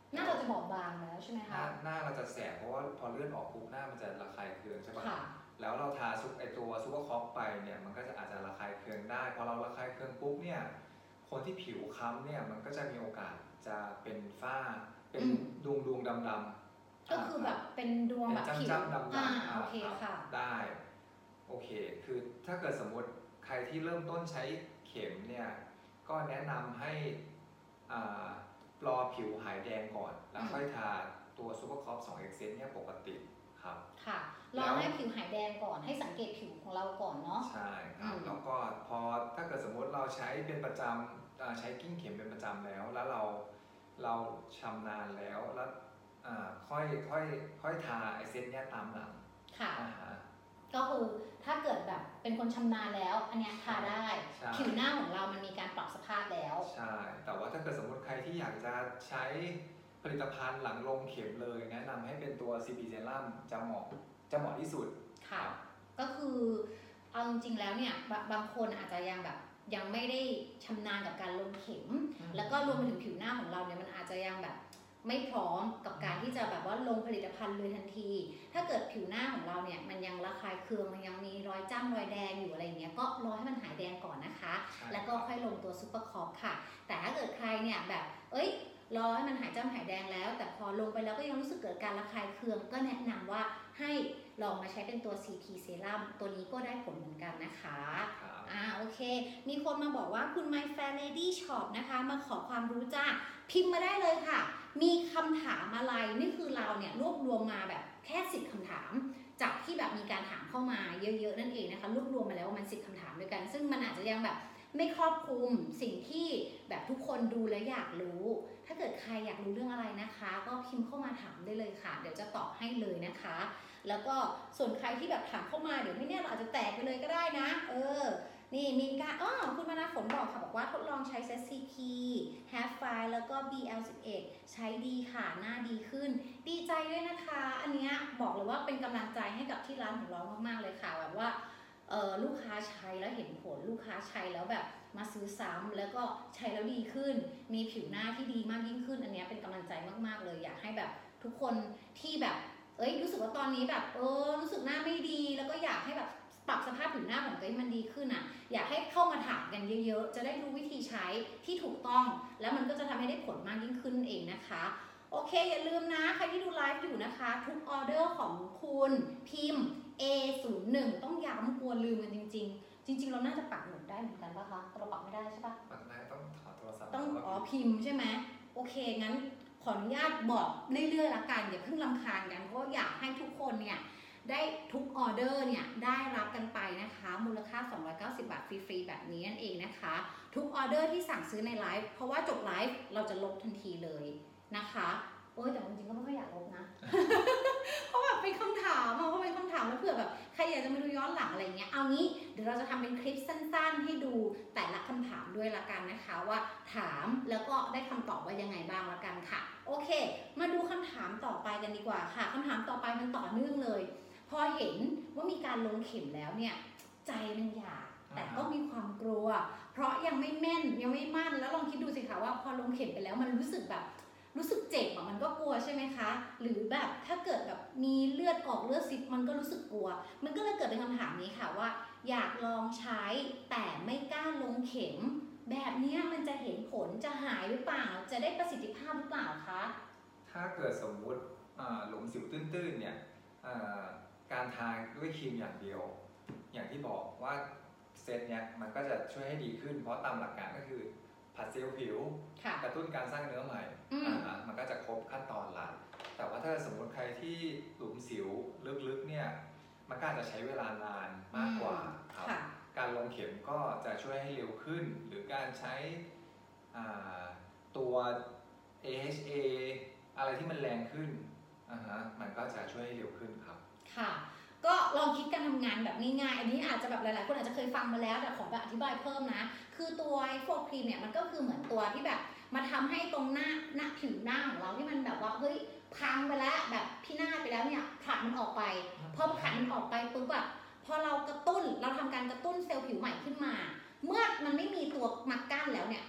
หน้าเราจะบอบบางแล้วใช่ไหมหน้าคะหน้าเราจะแสบเพราะว่าพอเลือดออกปุ๊บหน้ามันจะระคายเคืองใช่ปะค่ะแล้วเราทาซุปไอตัวซูเปอร์คอปไปเนี่ยมันก็จะอาจจะระคายเคืองได้พอเราระคายเคืองปุ๊บเนี่ยคนที่ผิวค้ำเนี่ยมันก็จะมีโอกาสจะเป็นฝ้าเป็นอืมดวงดวงดำดำก็คือแบบเป็นดวงแบบผิวจ้ำๆดำๆอ่าอ่าโอเคค่ะได้โอเคคือถ้าเกิดสมมติใครที่เริ่มต้นใช้เข็มเนี่ยก็แนะนำให้อ่ารอผิวหายแดงก่อนแล้วค่อยทาตัวซูเปอร์คอปสองเอ็กเซนเนี่ยปกติครับค่ะรอให้ผิวหายแดงก่อนให้สังเกตผิวของเราก่อนเนาะใช่ครับอืมแล้วก็พอถ้าเกิดสมมติเราใช้เป็นประจำอ่าใช้กิ้งเข็มเป็นประจำแล้ว แล้วเราเราชำนาญแล้วแล้วอ่าค่อยค่อยค่อยทาไอเซตเนี่ยตามหลังค่ะอ่าฮะก็คือถ้าเกิดแบบเป็นคนชำนาญแล้ว อันเนี้ยทาได้ใช่ผิวหน้าของเรามันมีการปรับสภาพแล้วใช่ แต่ว่าถ้าเกิดสมมติใครที่อยากจะใช้ผลิตภัณฑ์หลังลงเข็มเลยแนะนำให้เป็นตัว ซี พี Serum จะเหมาะจะเหมาะที่สุดค่ะ ก็คือเอาจริงๆแล้วเนี่ยบางบางคนอาจจะยังแบบยังไม่ได้ชำนาญกับการลงเข็มอืมแล้วก็รวมไปถึงผิวหน้าของเราเนี่ยมันอาจจะยังแบบไม่พร้อมกับการที่จะแบบว่าลงผลิตภัณฑ์เลยทันที ถ้าเกิดผิวหน้าของเราเนี่ยมันยังระคายเคืองมันยังมีรอยจ้ำรอยแดงอยู่อะไรอย่างเงี้ยก็รอให้มันหายแดงก่อนนะคะใช่แล้วก็ค่อยลงตัวซูเปอร์คอปค่ะ แต่ถ้าเกิดใครเนี่ยแบบ เอ้ย รอให้มันหายจ้ำหายแดงแล้ว แต่พอลงไปแล้วก็ยังรู้สึกเกิดการระคายเคือง ก็แนะนำว่าให้ลองมาใช้เป็นตัว ซี พี Serum ตัวนี้ก็ได้ผลเหมือนกันนะคะครับอ่าโอเค มีคนมาบอกว่าคุณ My Fair Lady Shop นะคะ มาขอความรู้จ้า พิมพ์มาได้เลยค่ะ มีคำถามอะไร นี่คือเราเนี่ยรวบรวมมาแบบแค่สิบคำถาม จากที่แบบมีการถามเข้ามาเยอะๆนั่นเองนะคะ รวบรวมมาแล้วมันสิบคำถามด้วยกัน ซึ่งมันอาจจะยังแบบไม่ครอบคลุมสิ่งที่แบบทุกคนดูและอยากรู้ ถ้าเกิดใครอยากรู้เรื่องอะไรนะคะ ก็พิมพ์เข้ามาถามได้เลยค่ะ เดี๋ยวจะตอบให้เลยนะคะ แล้วก็ส่วนใครที่แบบถามเข้ามาเดี๋ยวไม่แน่เราอาจจะแตกไปเลยก็ได้นะ เออ นี่มีการอ๋อคุณมานาฝนบอกค่ะบอกว่าทดลองใช้ เซต ซี พี Have File แล้วก็ บี แอล สิบเอ็ด ใช้ดีค่ะหน้าดีขึ้น ดีใจด้วยนะคะ อันเนี้ยบอกเลยว่าเป็นกำลังใจให้กับที่ร้านของเรามากๆเลยค่ะแบบว่าเออลูกค้าใช้แล้วเห็นผลลูกค้าใช้แล้วแบบมาซื้อซ้ำแล้วก็ใช้แล้วดีขึ้น มีผิวหน้าที่ดีมากยิ่งขึ้น อันเนี้ยเป็นกำลังใจมากๆเลยอยากให้แบบทุกคนที่แบบเอ้ยรู้สึกว่าตอนนี้แบบเออรู้สึกหน้าไม่ดีแล้วก็อยากให้แบบปรับสภาพผิวหน้าของตัวเองให้มันดีขึ้นอ่ะอยากให้เข้ามาถามกันเยอะๆจะได้รู้วิธีใช้ที่ถูกต้อง แล้วมันก็จะทำให้ได้ผลมากยิ่งขึ้นเองนะคะโอเคอย่าลืมนะใครที่ดูไลฟ์อยู่นะคะทุกออเดอร์ของคุณพิมพ์ เอ ศูนย์ หนึ่ง ต้องย้ำกลัวลืมกันจริงๆ จริงๆ เราน่าจะปักหมุดได้เหมือนกันป่ะคะแต่เราปักไม่ได้ใช่ปะปักได้ต้องถอดโทรศัพท์ต้องแล้วอ๋อก็พิมพ์ใช่ไหมโอเคงั้นขออนุญาตบอกเรื่อยๆละกันอย่าเพิ่งรำคาญกันเพราะอยากให้ทุกคนเนี่ยได้ทุกออเดอร์เนี่ยได้รับกันไปนะคะมูลค่าสองร้อยเก้าสิบบาทฟรีๆแบบนี้นั่นเองนะคะทุกออเดอร์ที่สั่งซื้อในไลฟ์เพราะว่าจบไลฟ์เราจะลบทันทีเลยนะคะโอ้ยแต่จริงๆก็ไม่ค่อยอยากลบนะ เพราะแบบเป็นคำถามอะเพราะเป็นคำถามแล้วเผื่อแบบใครอยากจะมาดูย้อนหลังอะไรเงี้ยเอางี้เดี๋ยวเราจะทำเป็นคลิปสั้นๆให้ดูแต่ละคำถามด้วยละกันนะคะว่าถามแล้วก็ได้คำตอบว่ายังไงบ้างละกันค่ะโอเค มาดูคำถามต่อไปกันดีกว่าค่ะคำถามต่อไปมันต่อเนื่องเลย พอเห็นว่ามีการลงเข็มแล้วเนี่ยใจมันอยากแต่ก็มีความกลัว เพราะยังไม่แม่นยังไม่มั่นแล้วลองคิดดูสิคะว่าพอลงเข็มไปแล้วมันรู้สึกแบบรู้สึกเจ็บอะมันก็กลัวใช่ไหมคะหรือแบบถ้าเกิดแบบมีเลือดออกเลือดซิบมันก็รู้สึกกลัว มันก็เลยเกิดเป็นคำถามนี้ค่ะว่า อยากลองใช้แต่ไม่กล้าลงเข็ม แบบเนี้ยมันจะเห็นผลจะหายหรือเปล่าจะได้ประสิทธิภาพหรือเปล่าคะถ้าเกิดสมมุติอ่าหลุมสิวตื้นๆเนี่ยอ่าการทาด้วยครีมอย่างเดียว อย่างที่บอกว่าเซตเนี้ยมันก็จะช่วยให้ดีขึ้น เพราะตามหลักการก็คือผัดเซลล์ผิวค่ะกระตุ้นการสร้างเนื้อใหม่อืมอ่าฮะมันก็จะครบขั้นตอนละแต่ว่าถ้าสมมติใครที่หลุมสิวลึกๆเนี่ยมันก็อาจจะใช้เวลานานมากกว่าครับค่ะการลงเข็มก็จะช่วยให้เร็วขึ้น หรือการใช้อ่าตัว เอ เอช เอ อะไรที่มันแรงขึ้นอ่าฮะมันก็จะช่วยให้เร็วขึ้นครับค่ะ ก็ลองคิดการทำงานแบบง่ายๆ อันนี้อาจจะแบบหลายๆ คนอาจจะเคยฟังมาแล้วแต่ขอแบบอธิบายเพิ่มนะ คือตัวไอโฟครีมเนี่ยมันก็คือเหมือนตัวที่แบบมาทำให้ตรงหน้าหน้าผิวหน้าของเราที่มันแบบว่าเฮ้ยพังไปแล้วแบบพินาศไปแล้วเนี่ยขัดมันออกไป พอขัดมันออกไปปุ๊บอะพอเรากระตุ้นเราทำการกระตุ้นเซลล์ผิวใหม่ขึ้นมา เมื่อมันไม่มีตัวมากั้นแล้วเนี่ย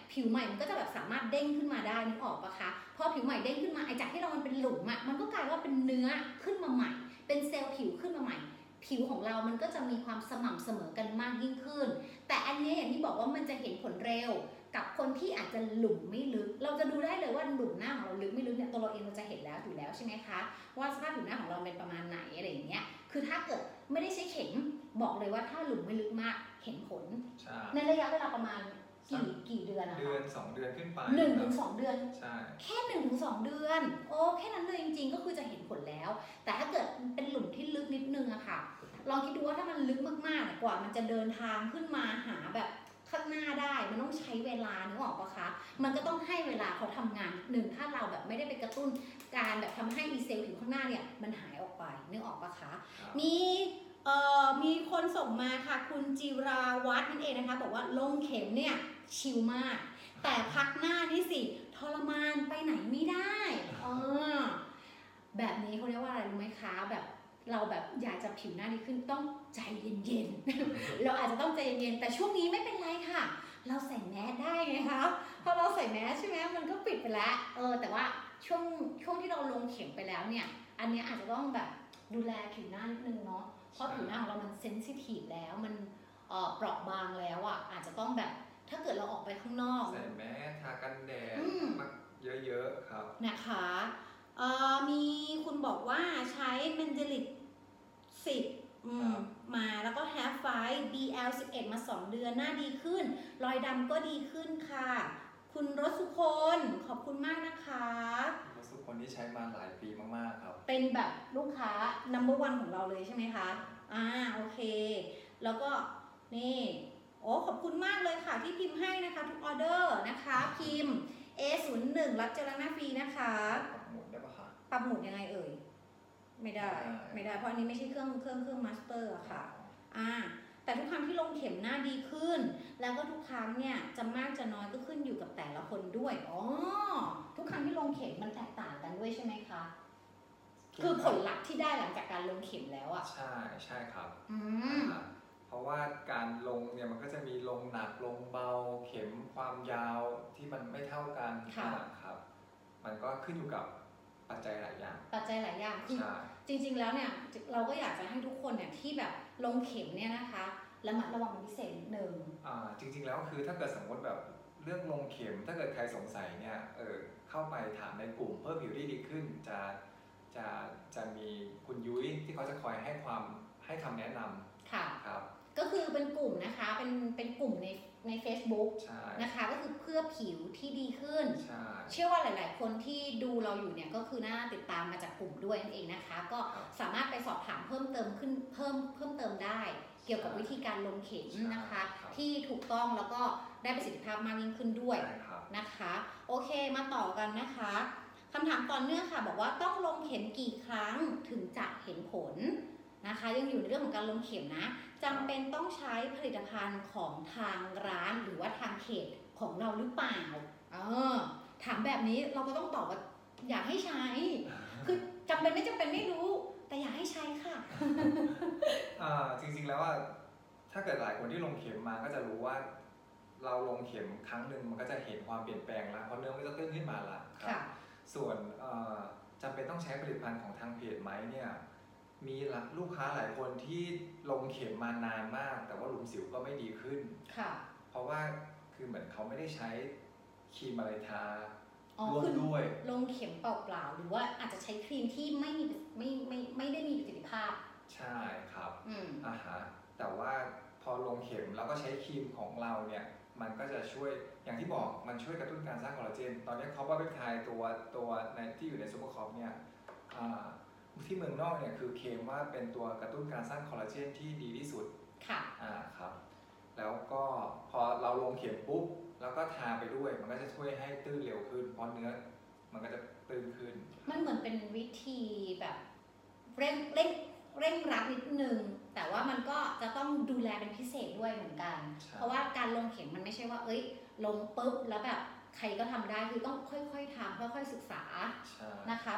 ผิวใหม่มันก็จะแบบสามารถเด้งขึ้นมาได้นึกออกปะคะพอผิวใหม่เด้งขึ้นมาไอ้จากที่เรามันเป็นหลุมอะมันก็กลายว่าเป็นเนื้อขึ้นมาใหม่เป็นเซลล์ผิวขึ้นมาใหม่ผิวของเรามันก็จะมีความสม่ำเสมอกันมากยิ่งขึ้นแต่อันนี้อย่างที่บอกว่ามันจะเห็นผลเร็วกับคนที่อาจจะหลุมไม่ลึกเราจะดูได้เลยว่าหลุมหน้าของเราลึกไม่ลึกเนี่ยตัวเราเองเราจะเห็นแล้วอยู่แล้วใช่ไหมคะว่าสภาพผิวหน้าของเราเป็นประมาณไหนอะไรอย่างเงี้ยคือถ้าเกิดไม่ได้ใช้เข็มบอกเลยว่าถ้าหลุมไม่ลึกมากเห็นผลใช่ในระยะเวลาประมาณกี่กี่เดือนอะเดือคะนสองเดือนขึ้นไปหนึ่งถึงสองเดือนใช่แค่หนึ่งถึงสองเดือนโอ้แค่นั้นเลยจริงๆก็คือจะเห็นผลแล้ว แต่ถ้าเกิดเป็นหลุมที่ลึกนิดนึงอะค่ะลองคิดดูว่าถ้ามันลึกมากๆกว่ามันจะเดินทางขึ้นมาหาแบบข้างหน้าได้มันต้องใช้เวลานึกออกปะคะมันก็ต้องให้เวลาเขาทำงานหนึ่งถ้าเราแบบไม่ได้ไปกระตุ้นการแบบทำให้อีเซลล์ผิวข้างหน้าเนี่ยมันหายออกไปนึกออกปะคะครับมีเอ่อมีคนส่งมาค่ะคุณจิราวัฒน์นั่นเองนะคะบอกว่าลงเข็มเนี่ยชิลมาก แต่พักหน้านี่สิทรมานไปไหนไม่ได้เออแบบนี้เขาเรียกว่าอะไรรู้ไหมคะแบบเราแบบอยากจะผิวหน้าดีขึ้นต้องใจเย็นๆ เราอาจจะต้องใจเย็นๆแต่ช่วงนี้ไม่เป็นไรค่ะ เราใส่แมสได้ไงคะพอเราใส่แมสใช่ไหมมันก็ปิดไปแล้วเออแต่ว่าช่วงช่วงที่เราลงเข็มไปแล้วเนี่ยอันเนี้ยอาจจะต้องแบบดูแลผิวหน้านิดนึงเนาะเพราะผิวหน้าของเรามันเซนซิทีฟแล้วมันเอ่อเปราะบางแล้วอ่ะอาจจะต้องแบบถ้าเกิดเราออกไปข้างนอกใส่แมสทากันแดดอืมมากเยอะๆครับนะคะเอ่อมีคุณบอกว่าใช้เมนเดลิตสิบอืมครับมาแล้วก็ Have Five บี แอล สิบเอ็ด มาสองเดือนหน้าดีขึ้น รอยดำก็ดีขึ้นค่ะ คุณรสสุคนขอบคุณมากนะคะรู้สึกคนที่ใช้มาหลายปีมากๆครับเป็นแบบลูกค้า number one ของเราเลยใช่ไหมคะ อ่าโอเค แล้วก็นี่ โอ้ขอบคุณมากเลยค่ะที่พิมพ์ให้นะคะทุกออเดอร์นะคะ พิมพ์ เอ ศูนย์ หนึ่ง รับเจลล้างหน้าฟรีนะคะปักหมุดได้ปะคะปรับหมุดยังไงเอ่ย ไม่ได้ไม่ได้ไม่ได้ เพราะอันนี้ไม่ใช่เครื่องเครื่องเครื่องมาสเตอร์อะค่ะ อ่า แต่ทุกครั้งที่ลงเข็มหน้าดีขึ้น แล้วก็ทุกครั้งเนี่ยจะมากจะน้อยก็ขึ้นอยู่กับแต่ละคนด้วย อ๋อ ทุกครั้งที่ลงเข็มมันแตกต่างกันด้วยใช่ไหมคะ คือผลลัพธ์ที่ได้หลังจากการลงเข็มแล้วอะใช่ใช่ครับอืมอ่าเพราะว่าการลงเนี่ยมันก็จะมีลงหนักลงเบา เข็มความยาวที่มันไม่เท่ากันค่ะอ่าครับ มันก็ขึ้นอยู่กับปัจจัยหลายอย่างปัจจัยหลายอย่างคือใช่จริงๆ แล้วเนี่ยเราก็อยากจะให้ทุกคนเนี่ยที่แบบลงเข็มเนี่ยนะคะระมัดระวังเป็นพิเศษนิดนึงอ่าจริงๆแล้วคือถ้าเกิดสมมติแบบเรื่องลงเข็มถ้าเกิดใครสงสัยเนี่ยเออเข้าไปถามในกลุ่มเพิ่มผิวที่ดีขึ้นจะจะจะมีคุณยุ้ยที่เขาจะคอยให้ความให้คำแนะนค่ะำครับก็คือเป็นกลุ่มนะคะ เป็นเป็นกลุ่มในใน Facebook ใช่นะคะ ก็คือเพื่อผิวที่ดีขึ้นใช่เชื่อว่าหลาย ๆ คนที่ดูเราอยู่เนี่ยก็คือน่าติดตามมาจากกลุ่มด้วยนั่นเองนะคะ ก็สามารถไปสอบถามเพิ่มเติมขึ้นเพิ่มเพิ่มเติมได้ เกี่ยวกับวิธีการลงเข็มนะคะ ที่ถูกต้องแล้วก็ได้ประสิทธิภาพมากยิ่งขึ้นด้วยใช่ครับนะคะโอเคมาต่อกันนะคะคำถามต่อเนื่องค่ะบอกว่าต้องลงเข็มกี่ครั้งถึงจะเห็นผลนะคะยังอยู่ในเรื่องของการลงเข็มนะจำเป็นต้องใช้ผลิตภัณฑ์ของทางร้านหรือว่าทางเขตของเราหรือเปล่าเออถามแบบนี้เราก็ต้องตอบว่าอยากให้ใช้ คือจำเป็นไม่จำเป็นไม่รู้ แต่อยากให้ใช้ค่ะอ่าจริงๆแล้วว่าถ้าเกิดหลายคนที่ลงเข็มมาก็จะรู้ว่า เราลงเข็มครั้งหนึ่งมันก็จะเห็นความเปลี่ยนแปลงแล้วเพราะเนื้อมันจะตื้นขึ้นมาละครัค่ะบส่วนเอ่อจำเป็นต้องใช้ผลิตภัณฑ์ของทางเพจไหมเนี่ยมีลูกค้าหลายคนที่ลงเข็มมานานมาก แต่ว่าหลุมสิวก็ไม่ดีขึ้นค่ะเพราะว่าคือเหมือนเขาไม่ได้ใช้ครีมอะไรทาอ๋อร่วมคือด้วยลงเข็มเปล่าๆหรือว่าอาจจะใช้ครีมที่ไม่มีไม่ไม่ไม่ได้มีประสิทธิภาพใช่ครับอืมอ่าฮะแต่ว่าพอลงเข็มแล้วก็ใช้ครีมของเราเนี่ยมันก็จะช่วยอย่างที่บอกมันช่วยกระตุ้นการสร้างคอลลาเจนตอนนี้คอปเปอร์เปปไทด์ตัวตัวในที่อยู่ในซูเปอร์คอปเนี่ยอ่าที่เมืองนอกเนี่ยคือเคลมว่าเป็นตัวกระตุ้นการสร้างคอลลาเจนที่ดีที่สุดค่ะอ่าครับแล้วก็พอเราลงเข็มปุ๊บแล้วก็ทาไปด้วยมันก็จะช่วยให้ตื้นเร็วขึ้นเพราะเนื้อมันก็จะตื้นขึ้นมันเหมือนเป็นวิธีแบบเร่งเร่งเร่งรัดนิดนึง แต่ว่ามันก็จะต้องดูแลเป็นพิเศษด้วยเหมือนกันใช่เพราะว่าการลงเข็มมันไม่ใช่ว่า เอ้ย ลงปุ๊บแล้วแบบใครก็ทำได้ คือต้องค่อยๆทำค่อยๆศึกษาใช่นะคะ แบบ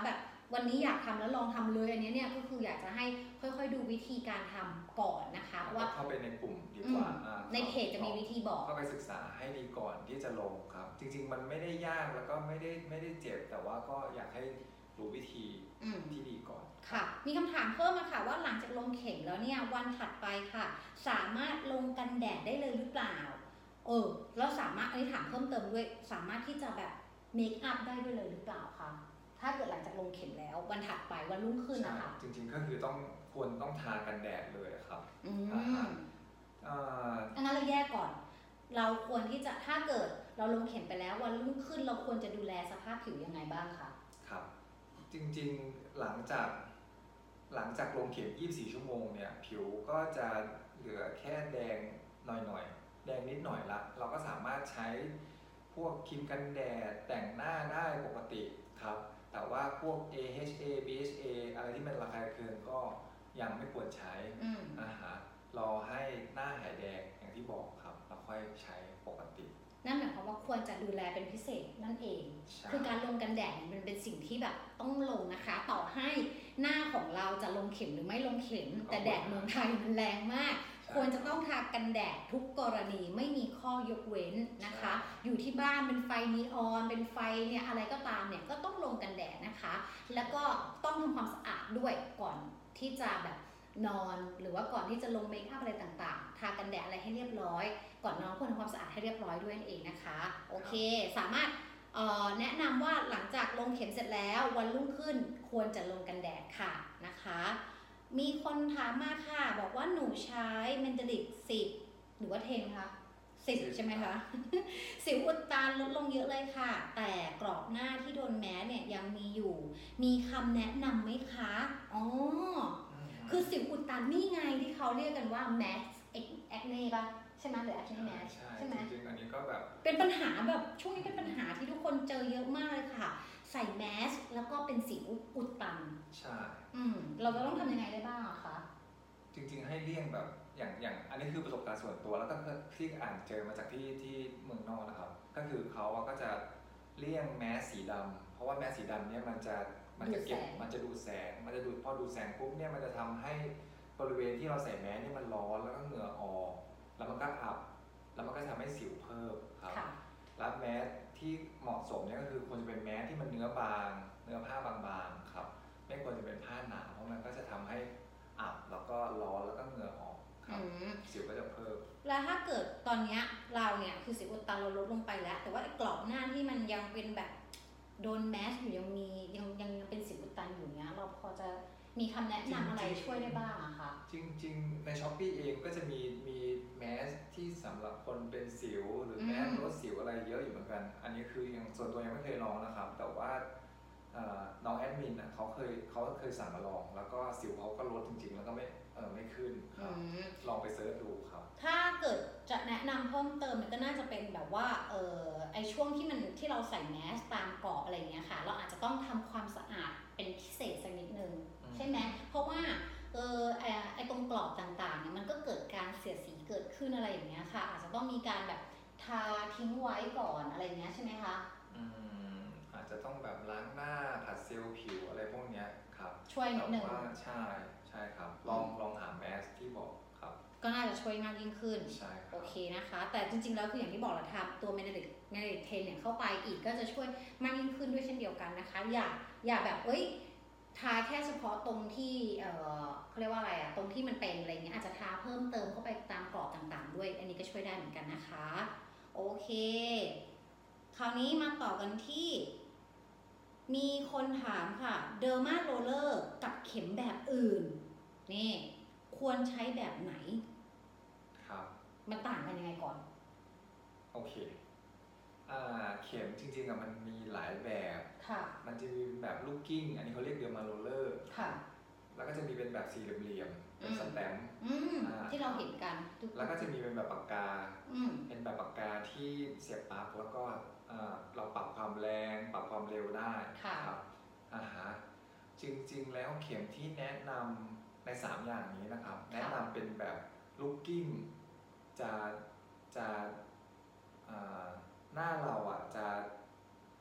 วันนี้อยากทำแล้วลองทำเลยอันนี้เนี่ยก็คืออยากจะให้ค่อยๆดูวิธีการทำก่อนนะคะว่าเข้าไปในกลุ่มดีกว่าในเพจจะมีวิธีบอกเข้าไปศึกษาให้ดีก่อนที่จะลงครับจริงๆมันไม่ได้ยากแล้วก็ไม่ได้ไม่ได้เจ็บแต่ว่าก็อยากให้รู้วิธีที่ดีก่อนค่ะมีคำถามเพิ่มมาค่ะว่าหลังจากลงเข็มแล้วเนี่ยวันถัดไปค่ะสามารถลงกันแดดได้เลยหรือเปล่าเออแล้วสามารถอันนี้ถามเพิ่มเติมด้วยสามารถที่จะแบบเมคอัพได้ด้วยเลยหรือเปล่าคะถ้าเกิดหลังจากลงเข็มแล้ววันถัดไปวันรุ่งขึ้นนะคะจริงๆก็คือต้องควรต้องทากันแดดเลยครับอืมอันนั้นเราแยกก่อนเราควรที่จะถ้าเกิดเราลงเข็มไปแล้ววันรุ่งขึ้นเราควรจะดูแลสภาพผิวยังไงบ้างคะครับจริงๆหลังจากหลังจากลงเข็มยี่สิบสี่ชั่วโมงเนี่ยผิวก็จะเหลือแค่แดงหน่อยๆแดงนิดหน่อยละเราก็สามารถใช้พวกครีมกันแดดแต่งหน้าได้ปกติครับแต่ว่าพวก เอ เอช เอ บี เอช เอ อะไรที่มันระคายเคืองก็ยังไม่ควรใช้อ่าฮะรอให้หน้าหายแดงอย่างที่บอกครับแล้วค่อยใช้ปกตินั่นหมายความว่าควรจะดูแลเป็นพิเศษนั่นเองคือการลงกันแดดมันเป็นสิ่งที่แบบต้องลงนะคะต่อให้หน้าของเราจะลงเข็มหรือไม่ลงเข็มแต่แดดเมืองไทยมันแรงมากควรจะต้องทากันแดดทุกกรณีไม่มีข้อยกเว้นนะคะอยู่ที่บ้านเป็นไฟนีออนเป็นไฟเนี่ยอะไรก็ตามเนี่ยก็ต้องลงกันแดดนะคะแล้วก็ต้องทำความสะอาดด้วยก่อนที่จะแบบนอนหรือว่าก่อนที่จะลงเมคอัพอะไรต่างๆทากันแดดอะไรให้เรียบร้อยก่อนนอนควรทำความสะอาดให้เรียบร้อยด้วยนั่นเองนะคะโอเคสามารถแนะนำว่าหลังจากลงเข็มเสร็จแล้ววันรุ่งขึ้นควรจะลงกันแดดค่ะนะคะมีคนถามมาค่ะบอกว่าหนูใช้เมนเดลิกสิบหรือว่าเทนคะสิบใช่ไหมคะ สิวอุดตันลดลงเยอะเลยค่ะแต่กรอบหน้าที่โดนแมสเนี่ยยังมีอยู่มีคำแนะนำไหมคะอ๋อคือสิวอุดตันนี่ไงที่เขาเรียกกันว่าแมสแอคเน่ป่ะใช่ไหมหรือแอคเน่แมสใช่ไหมจริงๆอันนี้ก็แบบเป็นปัญหาแบบช่วงนี้เป็นปัญหาที่ทุกคนเจอเยอะมากเลยค่ะใส่แมสแล้วก็เป็นสิวอุดตันใช่อืมเราจะต้องทำยังไงได้บ้างอะคะจริงๆให้เลี่ยงแบบอย่างอย่างอันนี้คือประสบการณ์ส่วนตัวแล้วก็ที่อ่านเจอมาจากที่ที่เมืองนอกนะครับก็คือเขาก็จะเลี่ยงแมสสีดำเพราะว่าแมสสีดำเนี่ยมันจะมันจะเก็บมันจะดูดแสงมันจะดูดพอดูดแสงปุ๊บเนี่ยมันจะทำให้บริเวณที่เราใส่แมสเนี่ยมันร้อนแล้วก็เหงื่อออกแล้วมันก็อับแล้วมันก็ทำให้สิวเพิ่มครับแล้วแมสที่เหมาะสมเนี่ยก็คือควรจะเป็นแมสที่มันเนื้อบางเนื้อผ้าบางๆครับไม่ควรจะเป็นผ้าหนาเพราะมันก็จะทำให้อับแล้วก็ร้อนแล้วก็เหงื่อออกครับสิวก็จะเพิ่มแล้วถ้าเกิดตอนนี้เราเนี่ยคือสิวอุดตันเราลดลงไปแล้วแต่ว่ากรอบหน้าที่มันยังเป็นแบบโดนแมสอยู่ยังมียังยังเป็นสิวอุดตันอยู่เนี้ยเราพอจะมีคำแนะนำอะไรช่วยได้บ้างอะคะจริงๆใน Shopee เองก็จะมีมีแมสที่สำหรับคนเป็นสิวหรือแมสลดสิวอะไรเยอะอยู่เหมือนกันอันนี้คือยังส่วนตัวยังไม่เคยลองนะครับแต่ว่าน้องแอดมินอ่ะเขาเคยเขาเคยสั่งมาลองแล้วก็สิวเขาก็ลดจริงๆแล้วก็ไม่เออไม่ขึ้นครับลองไปเซิร์ชดูครับถ้าเกิดจะแนะนำเพิ่มเติมมันก็น่าจะเป็นแบบว่าเออไอช่วงที่มันที่เราใส่แมสตามกรอบอะไรเงี้ยค่ะเราอาจจะต้องทำความสะอาดเป็นพิเศษสักนิดนึงใช่ไหมเพราะว่าเออไอไอตรงกรอบต่างๆเนี่ยมันก็เกิดการเสียดสีเกิดขึ้นอะไรอย่างเงี้ยค่ะอาจจะต้องมีการแบบทาทิ้งไว้ก่อนอะไรเงี้ยใช่ไหมคะอืมอาจจะต้องแบบล้างหน้าผัดเซลล์ผิวอะไรพวกเนี้ยครับช่วยนิดนึงใช่ใช่ครับลองลองหาแมสที่บอกครับก็น่าจะช่วยมากยิ่งขึ้นใช่โอเคนะคะแต่จริงๆแล้วคืออย่างที่บอกเราทำตัวเมนเดลิกเมนเดลิกเทนเนี่ยเข้าไปอีกก็จะช่วยมากยิ่งขึ้นด้วยเช่นเดียวกันนะคะอย่าอย่าแบบเอ้ยทาแค่เฉพาะตรงที่เออเขาเรียกว่าอะไรอะตรงที่มันเป็นอะไรเงี้ยอาจจะทาเพิ่มเติมเข้าไปตามกรอบต่างๆด้วยอันนี้ก็ช่วยได้เหมือนกันนะคะโอเคคราวนี้มาต่อกันที่มีคนถามค่ะเดอร์มาโรลเลอร์กับเข็มแบบอื่นนี่ควรใช้แบบไหนครับมันต่างกันยังไงก่อนโอเคอ่าเข็มจริงๆอะมันมีหลายแบบค่ะมันจะมีแบบลูกกิ้งอันนี้เขาเรียกเดอร์มาโรลเลอร์ค่ะแล้วก็จะมีเป็นแบบสี่เหลี่ยมๆเป็นสแตมป์ที่เราเห็นกันแล้วก็จะมีเป็นแบบปากกาเป็นแบบปากกาที่เสียบปลั๊กแล้วก็เราปรับความแรงปรับความเร็วได้ครับอ่าฮะจริงๆแล้วเข็มที่แนะนำในสามอย่างนี้นะครับแนะนำเป็นแบบลูกกิ้งจะจะหน้าเราอ่ะจะ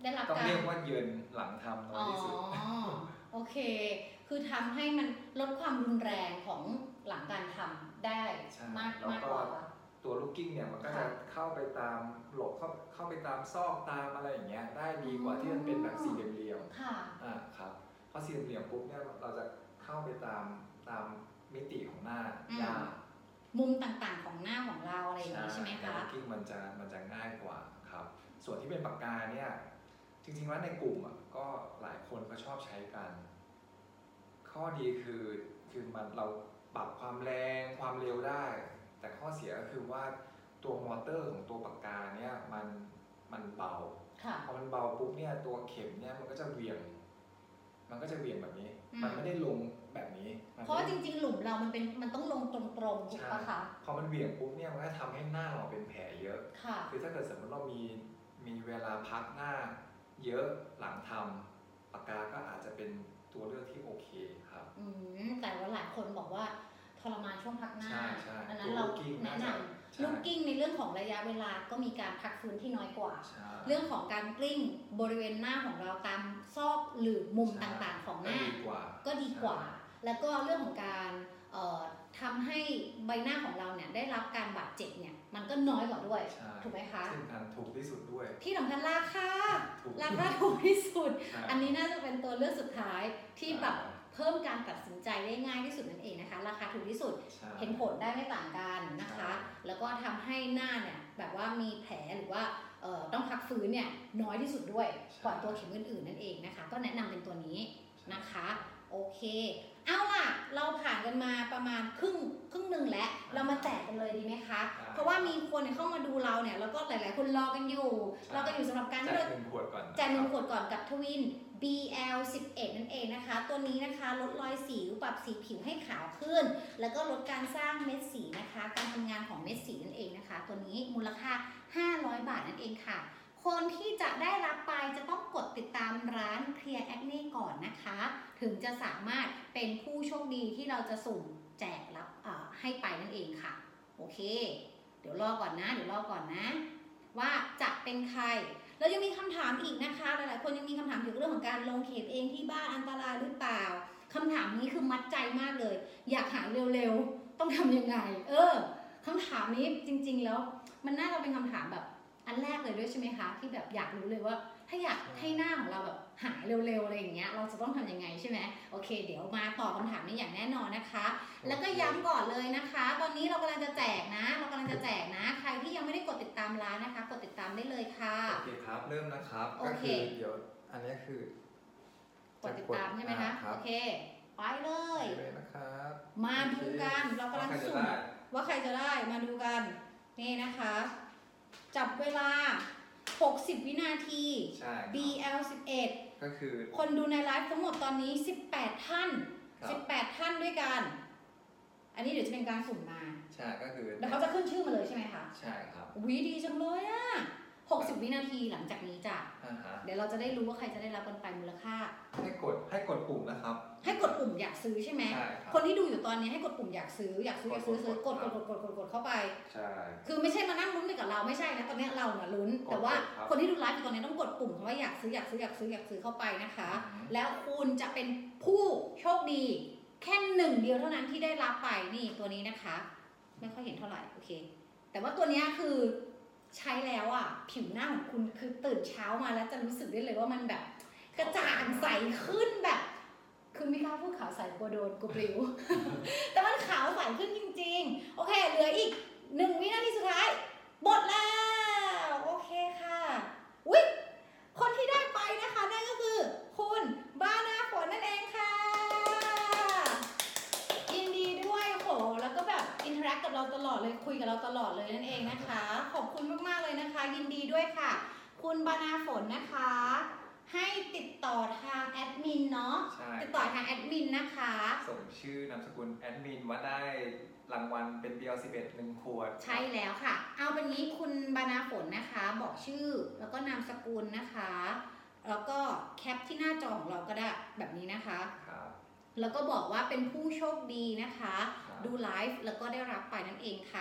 ได้รับต้องการเรียกว่าเยินหลังทำน้อยที่สุดอ๋อโอเค คือทำให้มันลดความรุนแรงของหลังการทำได้ใช่มากแล้วมากก็กว่าตัวลูกกิ้งเนี่ยมันก็จะค่ะเข้าไปตามหลบเข้าเข้าไปตามซอกตามอะไรอย่างเงี้ยได้ดีกว่าที่มันเป็นแบบสี่เหลี่ยมค่ะๆอ่าครับเพราะสี่เหลี่ยมปุ๊บเนี่ยเราจะเข้าไปตามตามมิติของหน้าอืมยากมุมต่างๆของหน้าของเราอะไรอย่างนี้ใช่ไหมแต่คะลูกกิ้งมันจะมันจะง่ายกว่าครับส่วนที่เป็นปากกาเนี่ยจริงๆแล้วในกลุ่มอ่ะก็หลายคนก็ชอบใช้กัน ข้อดีคือคือมันเราปรับความแรงความเร็วได้ แต่ข้อเสียก็คือว่าตัวมอเตอร์ของตัวปากกาเนี่ยมันมันเบาค่ะพอมันเบาปุ๊บเนี่ยตัวเข็มเนี่ยมันก็จะเหวี่ยง มันก็จะเหวี่ยงแบบนี้อืมมันไม่ได้ลงแบบนี้มันเพราะไม่จได้ริงๆ หลุมเรามันเป็นมันต้องลงตรงๆถูกปะคะพอมันเหวี่ยงปุ๊บเนี่ยมันก็ทำให้หน้าเราเป็นแผลเยอะค่ะคือถ้าเกิดสมมติเรามีมีเวลาพักหน้าเยอะหลังทำปากกาก็อาจจะเป็นตัวเลือกที่โอเคครับอืมแต่ว่าหลายคนบอกว่าทรมานช่วงพักหน้าใช่ใช่อันนั้ตันวเราลูกกิ้งแนะน่าน จะใช่ำลูกกิ้งในเรื่องของระยะเวลาก็มีการพักฟื้นที่น้อยกว่าใช่เรื่องของการกลิ้งบริเวณหน้าของเราตามซอกหรือมุมใช่ต่างๆของหก็น้าดีกว่าก็ดีกว่าใช่แล้วก็เรื่องของการเอ่อทำให้ใบหน้าของเราเนี่ยได้รับการบาดเจ็บเนี่ยมันก็น้อยกว่าด้วยใช่ถูกไหมคะซึ่งการถูกที่สุดด้วยที่สำคัญราคาถูกราคาถูกที่สุดใช่อันนี้น่าจะเป็นตัวเลือกสุดท้ายที่ใช่แบบเพิ่มการตัดสินใจได้ง่ายที่สุดนั่นเองนะคะ ราคาถูกที่สุดใช่เห็นผลได้ไม่ต่างกันนะคะใช่แล้วก็ทำให้หน้าเนี่ยแบบว่ามีแผลหรือว่าเอ่อต้องพักฟื้นเนี่ยน้อยที่สุดด้วยกว่าตัวเข็มอื่นๆนั่นเองนะคะ ก็แนะนำเป็นตัวนี้นะคะ โอเค เอาล่ะ เราผ่านกันมาประมาณครึ่งครึ่งหนึ่งแล้ว เรามาแจกกันเลยดีไหมคะ เพราะว่ามีคนเนี่ยเข้ามาดูเราเนี่ย แล้วก็หลายๆ คนรอกันอยู่ รอกันอยู่สำหรับการแจที่กเราหนึ่งขวดก่อนแจกหนึ่งขวดก่อนกับทวิน บี แอล สิบเอ็ด นั่นเองนะคะ ตัวนี้นะคะลดรอยสิวปรับสีผิวให้ขาวขึ้น แล้วก็ลดการสร้างเม็ดสีนะคะ การทำงานของเม็ดสีนั่นเองนะคะ ตัวนี้มูลค่า ห้าร้อย บาทนั่นเองค่ะ คนที่จะได้รับไปจะต้องกดติดตามร้าน Clear Acne ก่อนนะคะ ถึงจะสามารถเป็นผู้โชคดีที่เราจะสุ่มแจกรับให้ไปนั่นเองค่ะ โอเค เดี๋ยวรอก่อนนะ เดี๋ยวรอก่อนนะ ว่าจะเป็นใคร แล้วยังมีคำถามอีกนะคะ หลายๆคนยังมีคำถามเกี่ยวกับเรื่องของการลงเข็มเองที่บ้านอันตรายหรือเปล่าคำถามนี้คือมัดใจมากเลย อยากหายเร็วๆ ต้องทำยังไง เออคำถามนี้จริงๆแล้วมันน่าจะเป็นคำถามแบบอันแรกเลยด้วยใช่ไหมคะที่แบบอยากรู้เลยว่าถ้าอยากให้หน้าของเราแบบหายเร็วๆอะไรอย่างเงี้ยเราจะต้องทำยังไงใช่ไหมโอเค เดี๋ยวมาตอบคำถามนี้อย่างแน่นอนนะคะ แล้วก็ย้ำก่อนเลยนะคะ ตอนนี้เรากำลังจะแจกนะ เรากำลังจะแจกนะ ใครที่ยังไม่ได้กดติดตามร้านนะคะ กดติดตามได้เลยค่ะโอเคครับ เริ่มนะครับโอก็เคคือเดี๋ยวอันนี้คือกดติดตามใช่ไหมคะอ่ารับโอเค ไปเลไปยเลยนะครับมาดูกัน เรากำลังว่าใครจะสุ่มได้ว่าใครจะได้ มาดูกัน นี่นะคะ จับเวลา หกสิบ วินาทีใช่ครับบี แอล สิบเอ็ดก็คือคนดูในไลฟ์ทั้งหมดตอนนี้ สิบแปด ท่านครับสิบแปด ท่านด้วยกัน อันนี้เดี๋ยวจะเป็นการสุ่มมาใช่ก็คือแล้วเขาจะขึ้นชื่อมาเลยใช่ไหมคะใช่ครับวิดีจังเลยอะหกสิบ วินาทีหลังจากนี้จ้ะอ่าฮะเดี๋ยวเราจะได้รู้ว่าใครจะได้รับกันไปมูลค่าให้กดให้กดปุ่มนะครับให้กดปุ่มอยากซื้อใช่ไหมใช่ครับคนที่ดูอยู่ตอนนี้ให้กดปุ่มอยากซื้อ อยากซื้ออยากซื้อซื้อกดกดกดกดกดกดเข้าไปใช่คือไม่ใช่มานั่งลุ้นไปกับเราไม่ใช่นะตอนนี้เราน่ะลุ้นกดแต่ว่าครับคนที่ดูไลฟ์อยู่ตอนนี้ต้องกดปุ่มคำว่าอยากซื้ออยากซื้ออยากซื้ออยากซื้อเข้าไปนะคะอืมแล้วคุณจะเป็นผู้โชคดี แค่หนึ่งเดียวเท่านั้นที่ได้รับไปนี่ตัวนี้นะคะ ไม่ค่อยเห็นเท่าไหร่โอเค แต่ว่าตัวเนี้ยคือใช้แล้วอ่ะผิวหน้าของคุณคือตื่นเช้ามาแล้วจะรู้สึกได้เลยว่ามันแบบ กระจ่างใสขึ้นแบบ คือไม่กล้าพูดขาวใสกลัวโดนกลัวปลิว แต่มันขาวใสขึ้นจริงๆ โอเค เหลืออีกหนึ่งวินาทีสุดท้ายหมดแล้ว โอเคค่ะอุ๊ยคนที่ได้ไปนะคะนั่นก็คือ คุณบานาฝนนั่นเองค่ะยินดีด้วยโหแล้วก็แบบอินเทอร์แอคกับเราตลอดเลยคุยกับเราตลอดเลยนั่นเองนะคะ ขอบคุณมากๆเลยนะคะ ยินดีด้วยค่ะ คุณบานาฝนนะคะ ให้ติดต่อทางแอดมินเนาะใช่ติดต่อทางแอดมินนะคะส่งชื่อนามสกุลแอดมินว่าได้รางวัลเป็น บี แอล สิบเอ็ด หนึ่งขวดใช่แล้วค่ะ เอาเป็นนี้คุณบานาฝนนะคะ บอกชื่อแล้วก็นามสกุลนะคะ แล้วก็แคปที่หน้าจอของเราก็ได้แบบนี้นะคะครับแล้วก็บอกว่าเป็นผู้โชคดีนะคะครับดูไลฟ์แล้วก็ได้รับไปนั่นเองค่ะ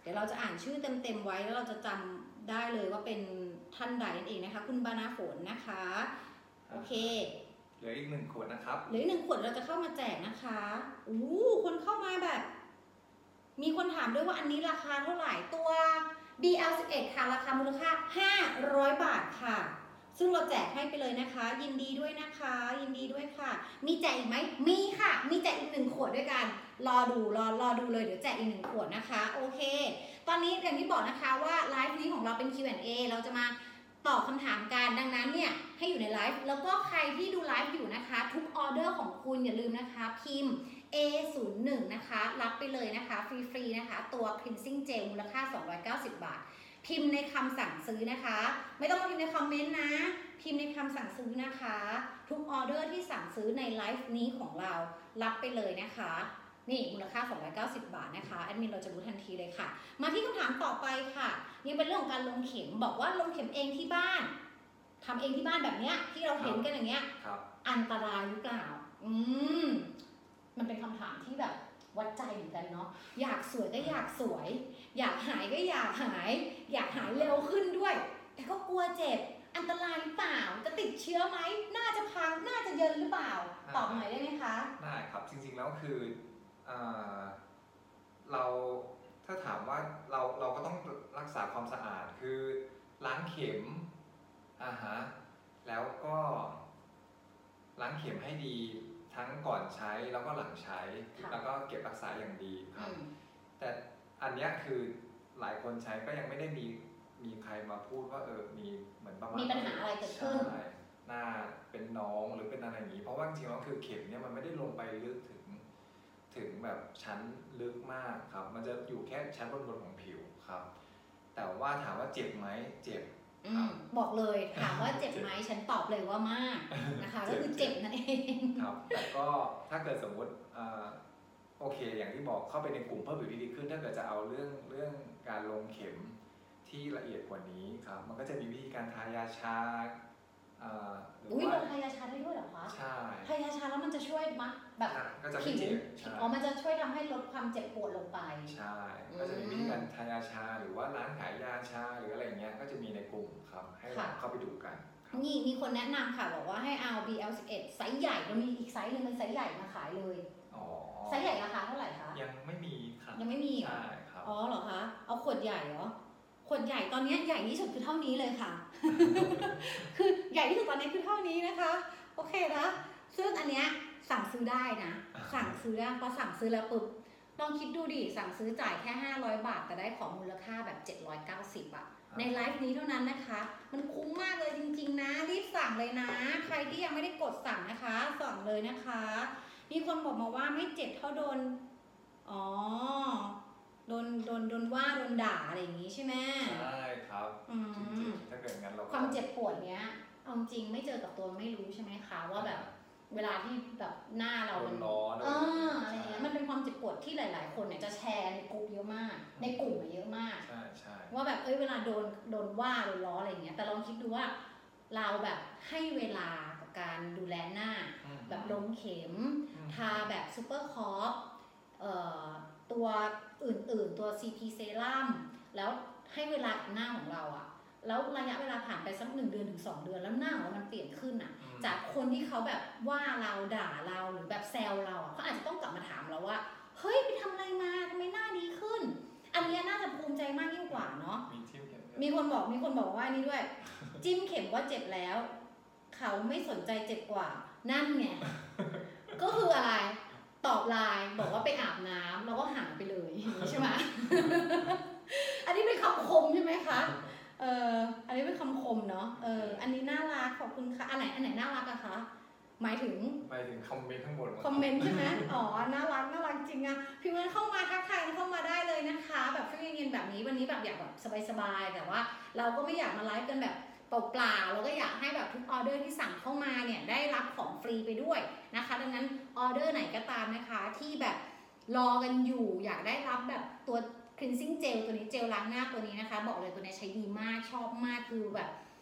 เดี๋ยวเราจะอ่านชื่อเต็มๆไว้แล้วเราจะจำได้เลยว่าเป็นท่านใดนั่นเองนะคะคุณบานาฝนนะคะโอเคเหลืออีกหนึ่งขวดนะครับเหลืออีกหนึ่งขวดเราจะเข้ามาแจกนะคะอู้คนเข้ามาแบบมีคนถามด้วยว่าอันนี้ราคาเท่าไหร่ตัว บี แอล สิบเอ็ด ค่ะราคามูลค่าห้าร้อยบาทค่ะซึ่งเราแจกให้ไปเลยนะคะยินดีด้วยนะคะยินดีด้วยค่ะมีแจกอีกไหมมีค่ะมีแจกอีกหนึ่งขวดด้วยกันรอดูรอรอดูเลยเดี๋ยวแจกอีกหนึ่งขวดนะคะโอเคตอนนี้อย่างที่บอกนะคะว่าไลฟ์นี้ของเราเป็น คิว แอนด์ เอ เราจะมาตอบคำถามกันดังนั้นเนี่ยให้อยู่ในไลฟ์แล้วก็ใครที่ดูไลฟ์อยู่นะคะทุกออเดอร์ของคุณอย่าลืมนะคะพิมพ์ เอ ศูนย์ หนึ่ง นะคะรับไปเลยนะคะฟรีๆนะคะตัว cleansing gel มูลค่าสองร้อยเก้าสิบบาทพิมพ์ในคำสั่งซื้อนะคะไม่ต้องมาพิมพ์ในคอมเมนต์นะพิมพ์ในคำสั่งซื้อนะคะทุกออเดอร์ที่สั่งซื้อในไลฟ์นี้ของเรารับไปเลยนะคะนี่มูลค่าสองร้อยเก้าสิบบาทนะคะแอดมินเราจะรู้ทันทีเลยค่ะมาที่คำถามต่อไปค่ะนี่เป็นเรื่องของการลงเข็มบอกว่าลงเข็มเองที่บ้านทำเองที่บ้านแบบเนี้ยที่เราเห็นกันอย่างเงี้ยอันตรายหรือเปล่าอืมมันเป็นคำถามที่แบบวัดใจเหมือนกันเนาะอยากสวยก็อยากสวยอยากหายก็อยากหายอยากหายเร็วขึ้นด้วยแต่ก็กลัวเจ็บอันตรายหรือเปล่าจะติดเชื้อไหมน่าจะพังน่าจะเยินหรือเปล่าตอบหน่อยได้ไหมคะได้ครับจริงๆแล้วคือเอ่อเราถ้าถามว่าเราเราก็ต้องรักษาความสะอาดคือล้างเข็มอ่าฮะแล้วก็ล้างเข็มให้ดีทั้งก่อนใช้แล้วก็หลังใช้แล้วก็เก็บรักษาอย่างดีครับแต่อันนี้คือหลายคนใช้ก็ยังไม่ได้มีมีใครมาพูดว่าเออมีเหมือนประมาณมีปัญหาอะไรเกิดขึ้นหน้าเป็นน้องหรือเป็นอะไรอย่างนี้เพราะว่าจริงๆแล้วคือเข็มเนี่ยมันไม่ได้ลงไปลึกถึงถึงแบบชั้นลึกมากครับมันจะอยู่แค่ชั้นบนๆของผิวครับแต่ว่าถามว่าเจ็บไหมเจ็บบอกเลยถามว่าเจ็บไหมฉันตอบเลยว่ามากนะคะก็คือเจ็บนั่นเองครับแต่ก็ถ้าเกิดสมมติโอเคอย่างที่บอกเข้าไปในกลุ่มเพิ่มผิวที่ดีขึ้นถ้าเกิดจะเอาเรื่องเรื่องการลงเข็มที่ละเอียดกว่านี้ครับมันก็จะมีวิธีการทายาชาอุ้ยลงทายาชาได้ด้วยเหรอคะใช่ทายาชาแล้วมันจะช่วยมั้ยแบบผิวอ๋อมันจะช่วยทำให้ลดความเจ็บปวดลงไปใช่ก็จะมีวิธีการทายาชาหรือว่าร้านขายยาชาหรืออะไรเงี้ยก็จะมีในกลุ่มครับให้เราเข้าไปดูกันนี่มีคนแนะนำค่ะบอกว่าให้เอา บี แอล สิบเอ็ด ไซส์ใหญ่แล้วมีอีกไซส์นึงเป็นไซส์ใหญ่มาขายเลยไซส์ใหญ่ราคาเท่าไหร่คะยังไม่มีครับยังไม่มีใช่ครับอ๋อเหรอคะเอาขวดใหญ่เหรอขวดใหญ่ตอนนี้ใหญ่ที่สุดคือเท่านี้เลยค่ะ คือใหญ่ที่สุดตอนนี้คือเท่านี้นะคะโอเคนะซึ่งอันเนี้ยสั่งซื้อได้นะสั่งซื้อได้พอสั่งซื้อแล้วปุ๊บลองคิดดูดิสั่งซื้อจ่ายแค่ห้าร้อยบาทแต่ได้ของมูลค่าแบบเจ็ดร้อยเก้าสิบอ่ะในไลฟ์นี้เท่านั้นนะคะมันคุ้มมากเลยจริงๆนะรีบสั่งเลยนะใครที่ยังไม่ได้กดสั่งนะคะสั่งเลยนะคะมีคนบอกมาว่าไม่เจ็บเท่าโดนอ๋อโดนโดนโดนว่าโดนด่าอะไรอย่างงี้ใช่ไหมใช่ครับจริงๆถ้าเกิดงั้นเราความเจ็บปวดเนี้ยเอาจริงไม่เจอกับตัวไม่รู้ใช่ไหมคะว่าแบบเวลาที่แบบหน้าเรามันร้อนเอออะไรเงี้ยมันเป็นความเจ็บปวดที่หลายๆคนเนี่ยจะแชร์ในกลุ่มเยอะมากในกลุ่มเยอะมากใช่ใช่ว่าแบบเอ้ยเวลาโดนโดนว่าโดนล้ออะไรเงี้ยแต่ลองคิดดูว่าเราแบบให้เวลากับการดูแลหน้าแบบลงเข็มทาแบบซูเปอร์คอร์ฟเอ่อตัวอื่นๆตัว ซี พี เซรั่มแล้วให้เวลากับหน้าของเราอะแล้วระยะเวลาผ่านไปสักหนึ่งเดือนถึงสองเดือนแล้วหน้าของเรามันเปลี่ยนขึ้นอะจากคนที่เขาแบบว่าเราด่าเราหรือแบบแซวเราอะเขาอาจจะต้องกลับมาถามเราว่าเฮ้ยไปทำอะไรมาทำไมหน้าดีขึ้นอันนี้น่าจะภูมิใจมากยิ่งกว่าเนาะมีคนบอกมีคนบอกว่านี่ด้วยจิ้มเข็มว่าเจ็บแล้วเขาไม่สนใจเจ็บกว่านั่นไงก็คืออะไรตอบไลน์บอกว่าไปอาบน้ำแล้วก็หายไปเลยใช่ไหม อันนี้เป็นคำคมใช่ไหมคะเอออันนี้เป็นคำคมเนาะเอออันนี้น่ารักขอบคุณค่ะอันไหนอันไหนน่ารักอะคะหมายถึงหมายถึงคอมเมนต์ข้างบนคอมเมนต์ใช่ไหมอ๋อน่ารักน่ารักจริงอะพิมพ์เข้ามาทักทายเข้ามาได้เลยนะคะแบบช่วยเย็นๆแบบนี้วันนี้แบบอยากแบบสบายๆแต่ว่าเราก็ไม่อยากมาไลฟ์กันแบบเปล่าๆเราก็อยากให้แบบทุกออเดอร์ที่สั่งเข้ามาเนี่ยได้รับของฟรีไปด้วยนะคะดังนั้นออเดอร์ไหนก็ตามนะคะที่แบบรอกันอยู่อยากได้รับแบบตัว cleansing gel ตัวนี้เจลล้างหน้าตัวนี้นะคะบอกเลยตัวนี้ใช้ดีมากชอบมากคือแบบ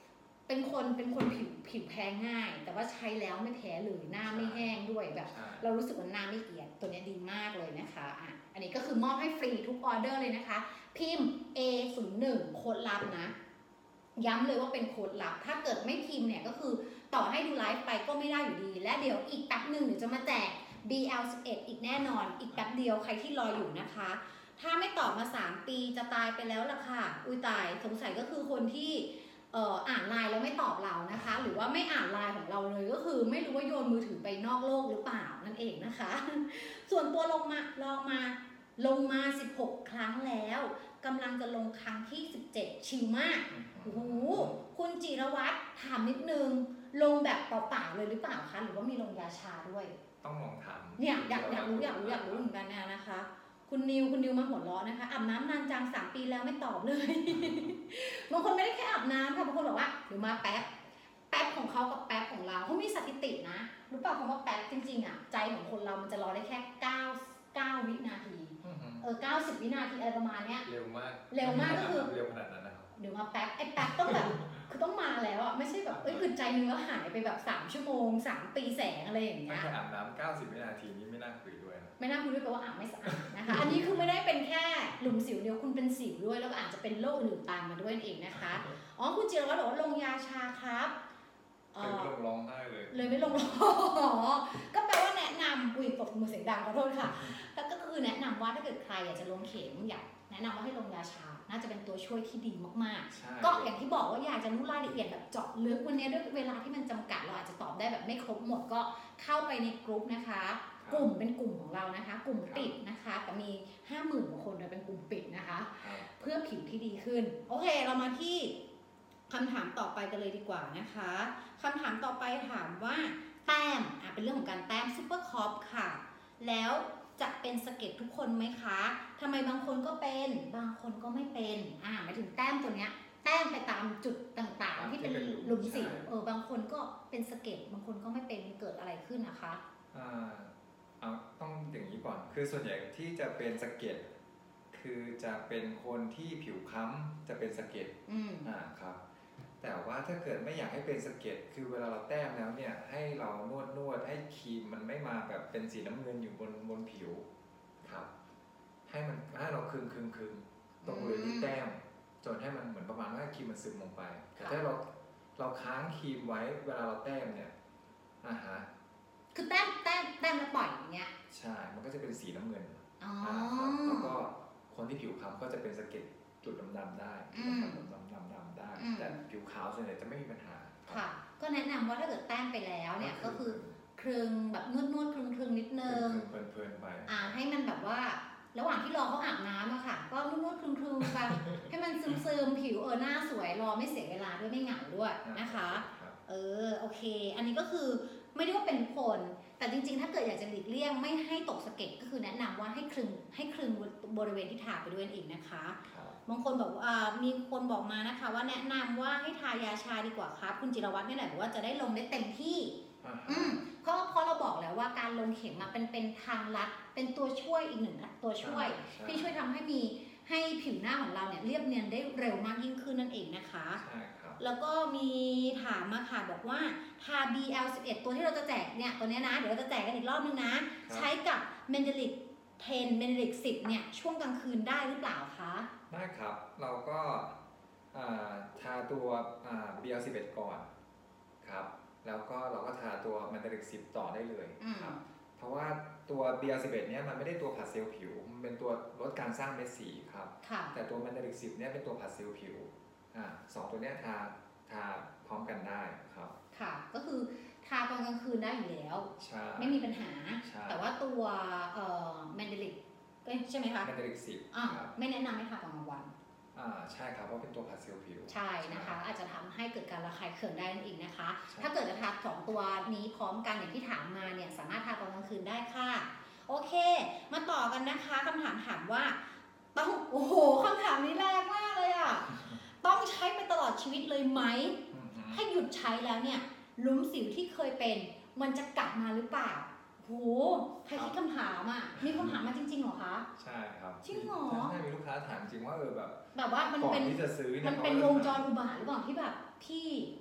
เป็นคนเป็นคนผิวผิวแพ้ง่าย แต่ว่าใช้แล้วไม่แพ้เลยหน้าไม่แห้งด้วยแบบใช่เรารู้สึกว่าหน้าไม่เอียดตัวนี้ดีมากเลยนะคะอ่ะอันนี้ก็คือมอบให้ฟรีทุกออเดอร์เลยนะคะ พิมพ์ เอ ศูนย์ หนึ่ง โค้ดลับนะ ย้ำเลยว่าเป็นโค้ดลับ ถ้าเกิดไม่พิมพ์เนี่ยก็คือต่อให้ดูไลฟ์ไปก็ไม่ได้อยู่ดี และเดี๋ยวอีกแป๊บหนึ่งเดี๋ยวจะมาแจก บี แอล สิบเอ็ด อีกแน่นอน อีกแป๊บเดียวใครที่รออยู่นะคะ ถ้าไม่ตอบมาสามปีจะตายไปแล้วล่ะค่ะ อุ้ยตายสงสัยก็คือคนที่เอ่ออ่านไลน์แล้วไม่ตอบเรานะคะ หรือว่าไม่อ่านไลน์ของเราเลยก็คือไม่รู้ว่าโยนมือถือไปนอกโลกหรือเปล่านั่นเองนะคะ ส่วนตัวลงมาลองมาลงมาสิบหกครั้งแล้วกำลังจะลงครั้งที่สิบเจ็ดชิลมากโอ้โหคุณจิรวัตรถามนิดนึงลงแบบเปล่าๆเลยหรือเปล่าคะหรือว่ามีลงยาชาด้วยต้องลองทำเนี่ยอยากอยากรู้อยากรู้อยากรู้เหมือนกันนะนะคะ คุณนิวคุณนิวมาหัวเราะนะคะอาบน้ำนานจังสามปีแล้วไม่ตอบเลย บางคนไม่ได้แค่อาบน้ำค่ะบางคนบอกว่าเดี๋ยวมาแป๊บแป๊บของเขากับแป๊บของเราเขามีสถิตินะรู้เปล่าคำว่าแป๊บจริงๆอ่ะใจของคนเรามันจะรอได้แค่เก้า เก้าวินาทีเออเก้าสิบวินาทีอะไรประมาณเนี้ยเร็วมากเร็วมากก็คือเร็วขนาดนั้นนะครับเดี๋ยวมาแป๊บไอ้แป๊บต้องแบบคือต้องมาแล้วอ่ะไม่ใช่แบบเอ้ยอึดใจนึงแล้วหายไปแบบสามชั่วโมงสามปีแสงอะไรอย่างเงี้ไม่ยแค่อาบน้ำเก้าสิบวินาทีนี้ไม่น่าคุยด้วยนะไม่น่าคุยด้วยแปลว่าอาบไม่สะอาดนะคะ อันนี้คือไม่ได้เป็นแค่หลุมสิวเดียวคุณเป็นสิวด้วยแล้วก็อาจจะเป็นโรคอื่นๆตามมาด้วยนั่นเองนะคะ อ๋อคุณจิรวัตรบอกว่าลงยาชาครับเอ่เป็นอลงร้องไห้เลยเลยไม่ลงหรอกก็แปลว่าแนะนำอุ้ยตบมือเสียงดังขอโทษค่ะ แล้วก็คือแนะนำว่าถ้าเกิดใครอยากจะลงเข็มอยากแนะนำว่าให้ลงยาชา น่าจะเป็นตัวช่วยที่ดีมากใช่ๆ ก็อย่างที่บอกว่าอยากจะรู้รายละเอียดแบบเจาะลึกวันนี้ด้วยเวลาที่มันจำกัดเราอาจจะตอบได้แบบไม่ครบหมดก็เข้าไปในกลุ่มนะคะ กลุ่มเป็นกลุ่มของเรานะคะ กลุ่มปิดนะคะแต่มี ห้าหมื่น กว่าคนเลยเป็นกลุ่มปิดนะคะครับเพื่อผิวที่ดีขึ้น โอเคเรามาที่คำถามต่อไปกันเลยดีกว่านะคะคำถามต่อไปถามว่าแต้มอ่ะเป็นเรื่องของการแต้มซูเปอร์คอปค่ะ แล้วจะเป็นสะเก็ดทุกคนไหมคะทำไมบางคนก็เป็นบางคนก็ไม่เป็นอ่าหมายถึงแต้มตัวเนี้ยแต้มไปตามจุดต่างๆ ที่เป็นหลุมสิวเออบางคนก็เป็นสะเก็ดบางคนก็ไม่เป็นเกิดอะไรขึ้นนะคะอ่าเอาต้องอย่างนี้ก่อน คือส่วนใหญ่ที่จะเป็นสะเก็ดคือจะเป็นคนที่ผิวค้ำจะเป็นสะเก็ดอืมอ่าครับ แต่ว่าถ้าเกิดไม่อยากให้เป็นสะเก็ดคือเวลาเราแต้มแล้วเนี่ยให้เรานวดนวดให้ครีมมันไม่มาแบบเป็นสีน้ำเงินอยู่บนบนผิวครับ ให้มันให้เราคึงคึงคึงตรงบริเวณที่แต้มจนให้มันเหมือนประมาณว่าครีมมันซึมลงไปแต่ถ้าเราเราค้างครีมไว้เวลาเราแต้มเนี่ยอ่าฮะคือแต้มแต้มแต้มแล้วปล่อยอย่างเงี้ยใช่ มันก็จะเป็นสีน้ำเงินอ๋ออ่าครับแล้วก็คนที่ผิวคล้ำก็จะเป็นสะเก็ดจุดดำๆได้อืจุดมดำๆดำๆดำๆได้อืมแต่ผิวขาวส่วนใหญ่จะไม่มีปัญหารับค่ะ ก็แนะนำว่าถ้าเกิดแต้มไปแล้วเนี่ยก็คือคลึงแบบนวดนวดคลึงคลึงนิดนึงเพลินเพลินๆไปอ่าให้มันแบบว่าระหว่างที่รอเขาอาบน้ำอะค่ะ ก็นวดนวดคลึงคลึงไป ให้มันซึมซึมผิวเออหน้าสวยรอไม่เสียเวลาด้วยไม่เหงาด้วยนะคะครับเออโอเค อันนี้ก็คือไม่ได้ว่าเป็นทุกคน แต่จริงๆ ถ้าเกิดอยากจะหลีกเลี่ยงไม่ให้ตกสะเก็ดก็คือแนะนำว่าให้คลึงให้คลึงบริเวณที่ทาไปด้วยอีกนะคะครับบางคนบอกว่าอ่ามีคนบอกมานะคะ ว่าแนะนำว่าให้ทายาชาดีกว่าครับคุณจิรวัตรนี่แหละบอกว่าจะได้ลงได้เต็มที่อ่าอืฮะมเพราะเพราะเราบอกแล้วว่าการลงเข็มมาเป็นเป็นทางลัดเป็นตัวช่วยอีกหนึ่งนะตัวช่วยใช่ที่ช่วยทำให้มีให้ผิวหน้าของเราเนี่ยเรียบเนียนได้เร็วมากยิ่งขึ้นนั่นเองนะคะใช่ครับแล้วก็มีถามมาค่ะบอกว่าทา บี แอล สิบเอ็ด ตัวที่เราจะแจกเนี่ยตัวเนี้ยนะเดี๋ยวเราจะแจกกันอีกรอบนึงนะ ใช้กับ Mendelix สิบ Mendelix สิบเนี่ยช่วงกลางคืนได้หรือเปล่าคะได้ครับ เราก็อ่าทาตัวอ่า บี แอล สิบเอ็ด ก่อนครับ แล้วก็เราก็ทาตัวมันเดลิกสิบต่อได้เลยอืมครับ เพราะว่าตัว บี แอล สิบเอ็ด เนี่ยมันไม่ได้ตัวผัดเซลล์ผิว มันเป็นตัวลดการสร้างเม็ดสีครับค่ะแต่ตัวมันเดลิกสิบเนี่ยเป็นตัวผัดเซลล์ผิว อ่าสองตัวเนี้ยทาทาพร้อมกันได้ครับค่ะ ก็คือทาตอนกลางคืนได้อยู่แล้วใช่ไม่มีปัญหาใช่แต่ว่าตัวเอ่อ Mendelix ใช่ไหมคะมันเดลิกสิบอ่าครับไม่แนะนำให้ทาตอนกลางวันอ่าใช่ครับเพราะเป็นตัวผัดเซลล์ผิวใช่นะคะ อาจจะทำให้เกิดการระคายเคืองได้นั่นเองนะคะใช่ถ้าเกิดจะทาสองตัวนี้พร้อมกันอย่างที่ถามมาเนี่ยสามารถทาตอนกลางคืนได้ค่ะ โอเค มาต่อกันนะคะคำถามถามว่าต้องโอ้โหคำถามนี้แรงมากเลยอ่ะ ต้องใช้ไปตลอดชีวิตเลยไหมอือฮึถ้าหยุดใช้แล้วเนี่ยหลุมสิวที่เคยเป็นมันจะกลับมาหรือเปล่าโหใครคิดคำถามอ่ะมีคำถามมาจริงๆเหรอคะใช่ครับจริงเหรอใช่มีลูกค้าถามจริงว่าเออแบบแบบว่ามันก่อนเป็นที่จะซื้อเนี่ยมันเป็นขวก็งจรอุบาทหรือเปล่าที่แบบพี่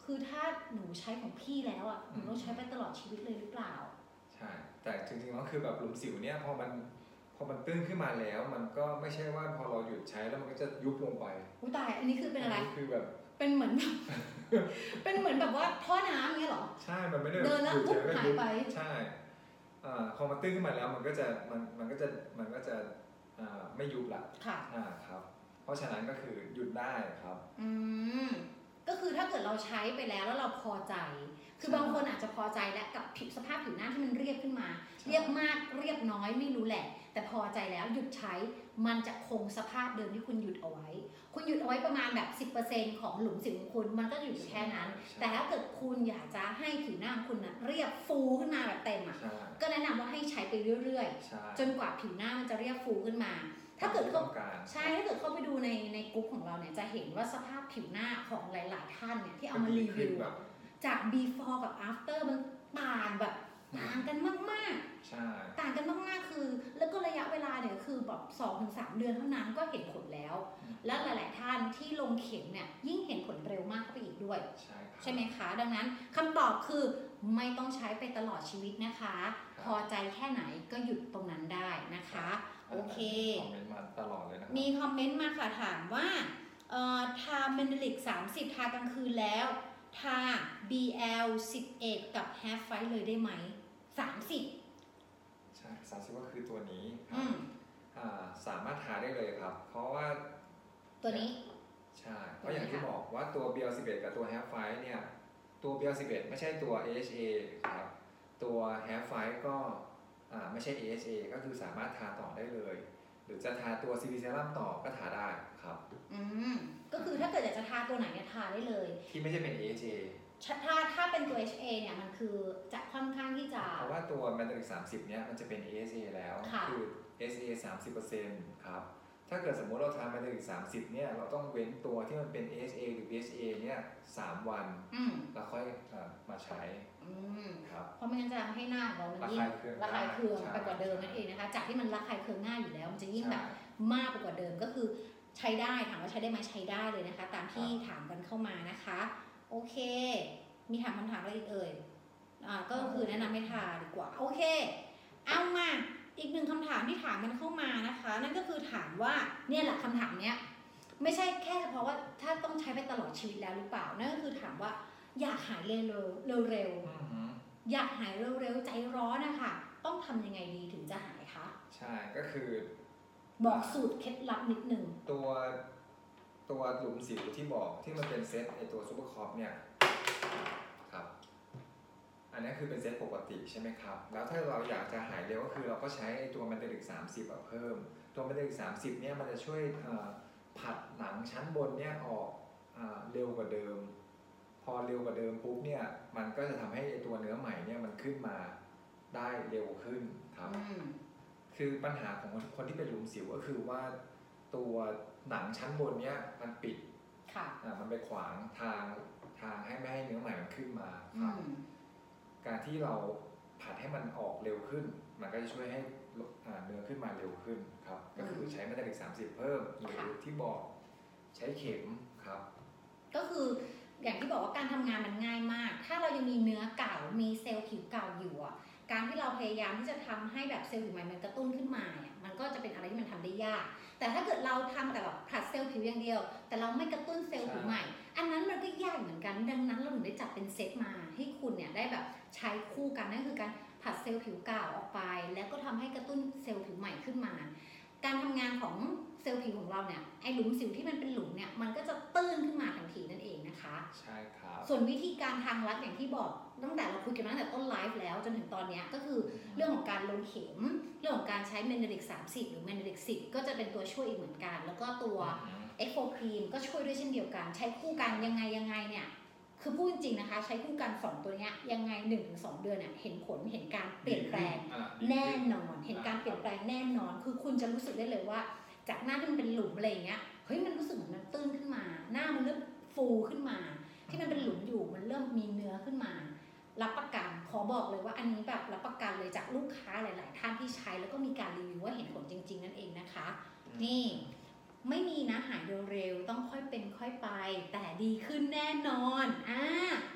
คือถ้าหนูใช้ของพี่แล้วอ่ะหนูต้องใช้ไปตลอดชีวิตเลยหรือเปล่าใช่แต่จริงๆแล้วคือแบบหลุมสิวเนี่ยพอมันพอมันตื้นขึ้นมาแล้วมันก็ไม่ใช่ว่าพอเราหยุดใช้แล้วมันก็จะยุบลงไปอุ้ยตายอันนี้คือเป็นอะไรอันนี้คือแบบเป็นเหมือนแบบ เป็นเหมือนแบบว่าท่อน้ำเงี้ยเหรอใช่มันไม่ได้เดินแล้วปุ๊บหายไปใช่อ่าพอมันตื้นขึ้นมาแล้วมันก็จะมันมันก็จะมันก็จะอ่าไม่ยุบละค่ะอ่าครับเพราะฉะนั้นก็คือหยุดได้ครับอืมก็คือถ้าเกิดเราใช้ไปแล้วแล้วเราพอใจคือบางคนอาจจะพอใจและกับผิวสภาพผิวหน้าที่มันเรียบขึ้นมาเรียบมากเรียบน้อยไม่รู้แหละแต่พอใจแล้วหยุดใช้มันจะคงสภาพเดิมที่คุณหยุดเอาไว้คุณหยุดเอาไว้ประมาณแบบ สิบเปอร์เซ็นต์ ของหลุมสิวของคุณมันก็อยู่แค่นั้นแต่ถ้าเกิดคุณอยากจะให้ผิวหน้าคุณนะเรียบฟูขึ้นมาแบบเต็มอ่ะก็แนะนำว่าให้ใช้ไปเรื่อยๆจนกว่าผิวหน้ามันจะเรียบฟูขึ้นมาถ้าเกิดเขาใช่ถ้าเกิดเข้าไปดูในในกลุ่มของเราเนี่ยจะเห็นว่าสภาพผิวหน้าของหลายๆท่านเนี่ยที่เอามารีวิวจาก before กับ after มันต่างแบบต่างกันมากๆใช่ต่างกันมากๆคือแล้วก็ระยะเวลาเนี่ยคือแบบ สองถึงสาม เดือนเท่านั้นก็เห็นผลแล้วและหลายๆท่านที่ลงเข็มเนี่ยยิ่งเห็นผลเร็วมากเข้าไปอีกด้วยใช่ใช่ไหมคะดังนั้นคำตอบคือไม่ต้องใช้ไปตลอดชีวิตนะคะพอใจแค่ไหนก็หยุดตรงนั้นได้นะคะโอเคคอมเมนต์มาตลอดเลยนะมีคอมเมนต์มาค่ะถามว่าเอ่อทาเมนเดลิกสามสิบทากลางคืนแล้วทา บี แอล สิบเอ็ด กับ Half Fight เลยได้ไหมสามสิบใช่สามสิบก็คือตัวนี้ครับสามารถทาได้เลยครับเพราะว่าตัวนี้ใช่เพราะอย่างที่บอกว่าตัว บี แอล สิบเอ็ด กับตัว Half Fight เนี่ยตัว บี แอล สิบเอ็ด ไม่ใช่ตัว เอ เอช เอ ครับตัว Half Fight ก็ไม่ใช่ เอ เอช เอ ก็คือสามารถทาต่อได้เลยหรือจะทาตัว ซี บี Serum ต่อก็ทาได้ครับอืมก็คือถ้าเกิดอยากจะทาตัวไหนเนี่ยทาได้เลยที่ไม่ใช่เป็น เอ เอช เอถ้าถ้าเป็นตัว เอช เอ เนี่ยมันคือจะค่อนข้างที่จะเพราะว่าตัว Mandarin สามสิบเนี่ยมันจะเป็น เอ เอช เอ แล้วคือ เอ เอช เอ สามสิบเปอร์เซ็นต์ ครับถ้าเกิดสมมติเราทา Mandarin สามสิบเนี่ยเราต้องเว้นตัวที่มันเป็น เอ เอช เอ หรือ บี เอช เอ เนี่ยสามวันแล้วค่อยมาใช้ครับเพราะไม่งั้นจะทำให้หน้าของเรามันยิ่งระคายเคืองไปกว่าเดิมนั่นเองนะคะจากที่มันระคายเคืองง่ายอยู่แล้วมันจะยิ่งแบบมากไปกว่าเดิมก็คือใช้ได้ถามว่าใช้ได้ไหมใช้ได้เลยนะคะตามที่ถามกันเข้ามานะคะโอเคมีถามคำถามอะไรอีกเอ่ยอ่าก็คือแนะนำให้ทาดีกว่าโอเคเอามาอีกหนึ่งคำถามที่ถามกันเข้ามานะคะนั่นก็คือถามว่าเนี่ยแหละคำถามเนี้ยไม่ใช่แค่เฉพาะว่าถ้าต้องใช้ไปตลอดชีวิตแล้วหรือเปล่านั่นก็คือถามว่าอยากหายเร็วเร็วเร็วอยากหายเร็วเร็วใจร้อนนะคะต้องทำยังไงดีถึงจะหายคะใช่ก็คือบอกสูตรเคล็ดลับนิดหนึ่งตัวตัวหลุมสิวที่บอกที่มันเป็นเซตไอตัวซูเปอร์คอปเนี่ยครับอันนี้คือเป็นเซตปกติใช่ไหมครับแล้วถ้าเราอยากจะหายเร็วก็คือเราก็ใช้ตัวแมนเดลิกสามสิบเพิ่มตัวแมนเดลิกสามสิบเนี่ยมันจะช่วยผัดหนังชั้นบนเนี่ยออกเร็วกว่าเดิมพอเร็วกว่าเดิมปุ๊บเนี่ยมันก็จะทำให้ตัวเนื้อใหม่เนี่ยมันขึ้นมาได้เร็วขึ้นครับคือปัญหาของคนที่เป็นหลุมสิวก็คือว่าตัวหนังชั้นบนเนี้ยมันปิดค่ะมันไปขวางทางทางให้ไม่ให้เนื้อใหม่มันขึ้นมาครับการที่เราผัดให้มันออกเร็วขึ้นมันก็จะช่วยให้เนื้อขึ้นมาเร็วขึ้นครับก็คือใช้แมทริกสามสิบเพิ่มหรือที่บอกใช้เข็มครับก็คืออย่างที่บอกว่าการทำงานมันง่ายมากถ้าเรายังมีเนื้อเก่ามีเซลล์ผิวเก่าอยู่อ่ะการที่เราพยายามที่จะทำให้แบบเซลล์ผิวใหม่มันกระตุ้นขึ้นมาเนี่ยมันก็จะเป็นอะไรที่มันทำได้ยากแต่ถ้าเกิดเราทำแต่แบบผลัดเซลล์ผิวอย่างเดียวแต่เราไม่กระตุ้นเซลล์ผิวใหม่อันนั้นมันก็ยากเหมือนกันดังนั้นเราถึงได้จัดเป็นเซตมาให้คุณเนี่ยได้แบบใช้คู่กันนั่นคือการผลัดเซลล์ผิวเก่าออกไปแล้วก็ทำให้กระตุ้นเซลล์ผิวใหม่ขึ้นมาการทำงานของเซลล์ผิวของเราเนี่ยไอหลุมสิวที่มันเป็นหลุมเนี่ยมันก็จะตื้นขึ้นมาทันทีนั่นเองนะคะใช่ครับส่วนวิธีการทางลัดอย่างที่บอกตั้งแต่เราคุยกันมาตั้งแต่ต้นไลฟ์แล้วจนถึงตอนนี้ก็คือเรื่องของการลงเข็มเรื่องของการใช้เมนเดลิกสามสิบหรือเมนเดลิกสิบก็จะเป็นตัวช่วยอีกเหมือนกันแล้วก็ตัวเอ็กโฟครีมก็ช่วยด้วยเช่นเดียวกันใช้คู่กันยังไงยังไงเนี่ยคือพูดจริงๆนะคะใช้คู่กันสองตัวนี้ยังไง หนึ่งถึงสอง เดือนเนี่ยเห็นผลเห็นการเปลี่ยนแปลงแน่นอนเห็นการเปลี่ยนแปลงแน่นอนคือคุณจะรู้สึกได้เลยว่าจากหน้าที่มันเป็นหลุมอะไรอย่างเงี้ยเฮ้ยมันรู้สึกเหมือนมันตื้นขึ้นมาหน้ามันเริ่มฟูขึ้นมาที่มันเป็นหลุมอยู่มันเริ่มมีเนื้อขึ้นมารับประกันขอบอกเลยว่าอันนี้แบบรับประกันเลยจากลูกค้าหลายๆท่านที่ใช้แล้วก็มีการรีวิวว่าเห็นผลจริงๆนั่นเองนะคะนี่ไม่มีนะหายเร็วๆต้องค่อยเป็นค่อยไปแต่ดีขึ้นแน่นอนอ่า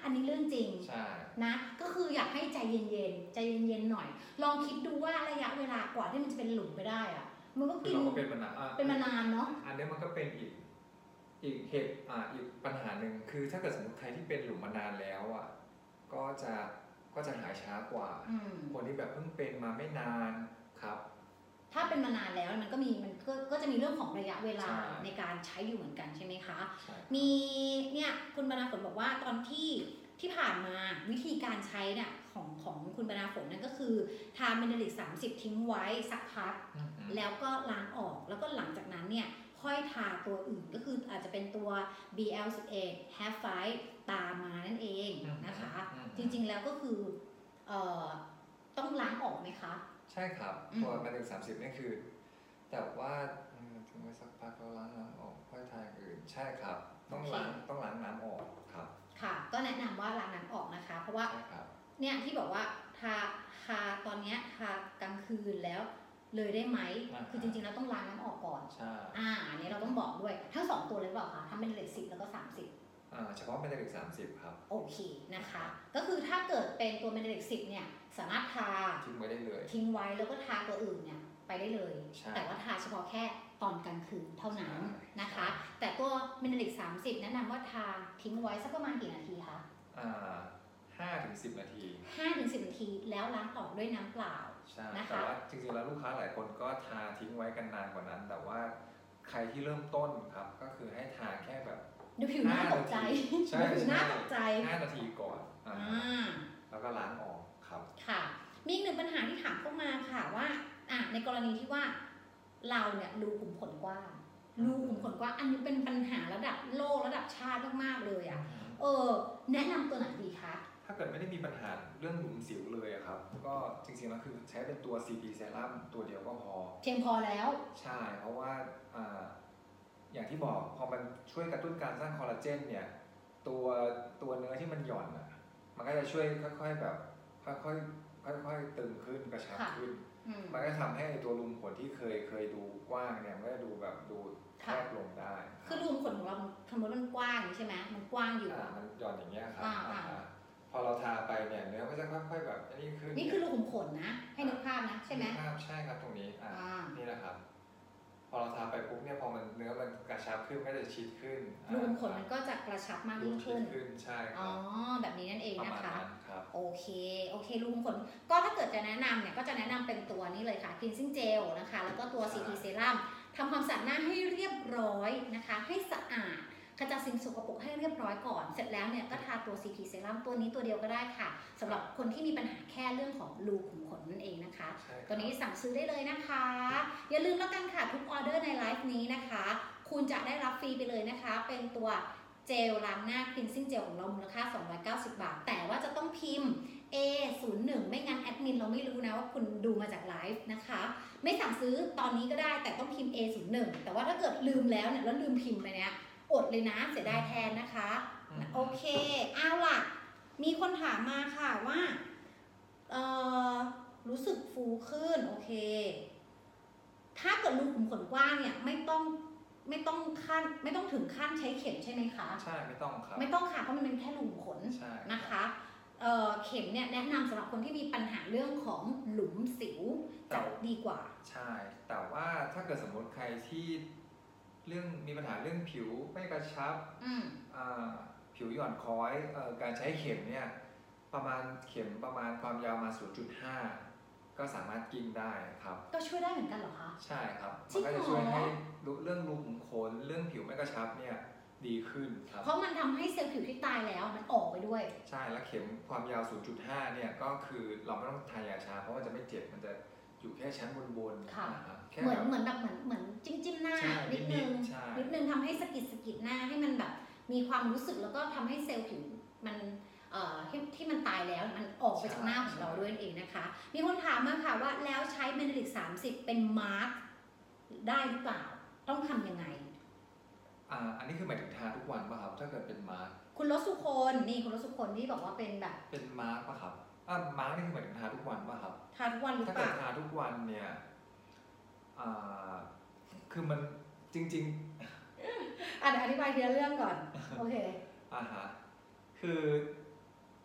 คืออยากให้ใจเย็นๆใจเย็นๆหน่อย ลองคิดดูว่าระยะเวลากว่าที่มันจะเป็นหลุมไปได้อะมันก็คืกิอน เราก็เป็นมานานเป็นมานานเนาะอันนี้มันก็เป็นอีกอีกเหตุอ่าอีกปัญหาหนึ่งคือถ้าเกิดสมมติใครที่เป็นหลุมมานานแล้วอ่ะก็จะก็จะหายช้ากว่าอืมคนที่แบบเพิ่งเป็นมาไม่นานครับถ้าเป็นมานานแล้วมันก็มีมันก็ก็จะมีเรื่องของระยะเวลาใช่ในการใช้อยู่เหมือนกันใช่ไหมคะใช่มีเนี่ยคุณบรรณาฝนบอกว่าตอนที่ที่ผ่านมาวิธีการใช้เนี่ยของของคุณบรรณาฝนนั่นก็คือทาเมนเดลิกสามสิบทิ้งไว้สักพักอืมอืมแล้วก็ล้างออกแล้วก็หลังจากนั้นเนี่ยค่อยทาตัวอื่นก็คืออาจจะเป็นตัว บี แอล สิบเอ็ด Half Fight ตามมานั่นเองนะคะอืมจริงๆแล้วก็คือเอ่อต้องล้างออกไหมคะใช่ครับอืมตัวมาถึงสามสิบนี่คือ แต่ว่าเอ่อถึงไว้สักพักแล้วล้างน้ำออกค่อยทาอย่างอื่นใช่ครับ ต้องล้างต้องล้างน้ำออกครับค่ะก็แนะนำว่าล้างน้ำออกนะคะ เพราะว่าใช่ครับเนี่ยที่บอกว่าทาทาตอนเนี้ยทากลางคืนแล้วเลยได้ไหมอ่าคือจริงๆแล้วต้องล้างน้ำออกก่อนใช่อ่าอันนี้เราต้องบอกด้วยทั้งสองตัวเลยหรือเปล่าคะทั้งเป็นเลขสิบแล้วก็สามสิบอ่าเฉพาะเป็นถึงสามสิบครับโอเคนะคะ ก็คือถ้าเกิดเป็นตัวเมนเดลิกสิบเนี่ยสามารถทาทิ้งไว้ได้เลยทิ้งไว้แล้วก็ทาตัวอื่นเนี่ยไปได้เลยใช่แต่ว่าทาเฉพาะแค่ตอนกลางคืนเท่านั้นใช่นะคะ แต่ตัวเมนเดลิกสามสิบแนะนำว่าทาทิ้งไว้สักประมาณกี่นาทีคะอ่าห้าถึงสิบนาทีห้าถึงสิบนาทีแล้วล้างออกด้วยน้ำเปล่าใช่นะคะแต่ว่าจริงๆแล้วลูกค้าหลายคนก็ทาทิ้งไว้กันนานกว่านั้น แต่ว่าใครที่เริ่มต้นครับก็คือให้ทาแค่แบบดูผิวหน้าตกใจใช่ดูผิวหน้าตกใจห้านาทีก่อนอ่าอ่าแล้วก็ล้างออกครับค่ะ มีอีกหนึ่งปัญหาที่ถามเข้ามาค่ะว่าอ่ะในกรณีที่ว่าเราเนี่ยรูขุมขนกว้างรูขุมขนกว้างอันนี้เป็นปัญหาระดับโลกระดับชาติมากๆเลยอ่ะเออแนะนำตัวไหนดีคะถ้าเกิดไม่ได้มีปัญหาเรื่องหลุมสิวเลยอะครับ ก็จริงๆแล้วคือใช้เป็นตัว ซี พี Serum ตัวเดียวก็พอเพียงพอแล้วใช่ เพราะว่าอ่าอย่างที่บอกพอมันช่วยกระตุ้นการสร้างคอลลาเจนเนี่ยตัวตัวเนื้อที่มันหย่อนอ่ะมันก็จะช่วยค่อยๆแบบค่อยๆค่อยๆตึงขึ้นกระชับค่ะขึ้นอืมมันก็ทำให้ตัวรูมขนที่เคยเคยดูกว้างเนี่ยมันก็จะดูแบบดูแคบลงได้คือรูขุมขนของเราสมมติมันกว้างอย่างนี้ใช่ไหมมันกว้างอยู่อ่าอะมันหย่อนอย่างเงี้ยครับอ่าอ่าอ่าพอเราทาไปเนี่ยเนื้อก็จะค่อยๆแบบอันนี้ขึ้นนี่คือรูขุมขนนะ ให้นึกภาพนะใช่ไหมภาพใช่ครับตรงนี้อ่าอ่านี่นะครับ พอเราทาไปปุ๊บเนี่ยพอมันเนื้อมันกระชับขึ้นก็จะชิดขึ้นรูขุมขนมันก็จะกระชับมากยิ่งขึ้นรูขึ้นใช่คอ๋รัอบแบบนี้นั่นเองประนะมาณคะนั้นครับโอเค โอเครูขุมขน ก็ถ้าเกิดจะแนะนำเนี่ย ก็จะแนะนำเป็นตัวนี้เลยค่ะ cleansing gel นะคะ แล้วก็ตัว ซี พี serum ทำความสะอาดหน้าให้เรียบร้อยนะคะ ให้สะอาด ขจัดสิ่งสกปรกให้เรียบร้อยก่อน เสร็จแล้วเนี่ยก็ทาตัว ซี พี serum ตัวนี้ตัวเดียวก็ได้ค่ะสำหรับคนที่มีปัญหาแค่เรื่องของรูขุมขนนั่นเองนะคะใช่ครับตัวนี้สั่งซื้อได้เลยนะคะ อย่าลืมแล้วกันค่ะทุกออเดอร์ในไลฟ์นี้นะคะ คุณจะได้รับฟรีไปเลยนะคะ เป็นตัวเจลล้างหน้า cleansing gel ของเรามูลค่า สองร้อยเก้าสิบบาท แต่ว่าจะต้องพิมพ์ เอ ศูนย์ หนึ่ง ไม่งั้นแอดมินเราไม่รู้นะว่าคุณดูมาจากไลฟ์นะคะ ไม่สั่งซื้อตอนนี้ก็ได้แต่ต้องพิมพ์ เอ ศูนย์ หนึ่ง แต่ว่าถ้าเกิดลืมแล้วเนี่ยแล้วลืมพิมพ์ไปเนี่ยอดเลยนะเสียดายแทนนะคะอืมโอเคเอาล่ะ มีคนถามมาค่ะว่าเอ่อรู้สึกฟูขึ้นโอเค ถ้าเกิดรูขุมขนกว้างเนี่ยไม่ต้องไม่ต้องขั้นไม่ต้องถึงขั้นใช้เข็มใช่ไหมคะใช่ไม่ต้องครับไม่ต้องค่ะเพราะมันเป็นแค่รูขุมขนใช่นะคะเอ่อเข็มเนี่ยแนะนำสำหรับคนที่มีปัญหาเรื่องของหลุมสิวจะดีกว่าใช่ แต่ว่าถ้าเกิดสมมติใครที่เรื่องมีปัญหาเรื่องผิวไม่กระชับอืมอ่าผิวหย่อนคล้อยเอ่อการใช้เข็มเนี่ยประมาณเข็มประมาณความยาวมา ศูนย์จุดห้า ก็สามารถกิ้งได้ครับก็ช่วยได้เหมือนกันเหรอคะใช่ครับจริมังเหรอก็จะช่วยให้เรื่องรูขุมขนเรื่องผิวไม่กระชับเนี่ยดีขึ้นครับเพราะมันทำให้เซลล์ผิวที่ตายแล้วมันออกไปด้วยใช่ แล้วเข็มความยาว ศูนย์จุดห้า เนี่ยก็คือเราไม่ต้องทายาชา เพราะว่าจะไม่เจ็บ มันจะอยู่แค่ชั้นบนๆค่ะนะครับแค่เหมืแบอนบเหมือนแบบเหมือนเหมือนจิ้มจิ้มหน้าใช่นิดนึงใช่นิดนึงทำให้สะกิดสะกิดหน้าให้มันแบบมีความรู้สึกแล้วก็ทำให้เซลล์ผิวมันเอ่อที่ที่มันตายแล้วมันออกไปจากหน้าของเราด้วยนั่นเองนะคะ มีคนถามมาค่ะว่าแล้วใช้เบนเดลิกสามสิบเป็นมาร์กได้หรือเปล่าต้องทำยังไงอ่าอันนี้คือหมายถึงทาทุกวันป่ะครับ ถ้าเกิดเป็นมาร์กคุณรสสุคนนี่คุณรสสุคนที่บอกว่าเป็นแบบเป็นมาร์กป่ะครับอ่ามาร์กนี่คือหมายถึงทาทุกวันป่ะครับทาทุกวันหรือถ้าเปเกิดล่าทาทุกวันเนี่ยอ่าคือมันจริงอ่ะเดี๋ยวอธิบายทีละเรื่องก่อน โอเคๆอ่าฮะคือ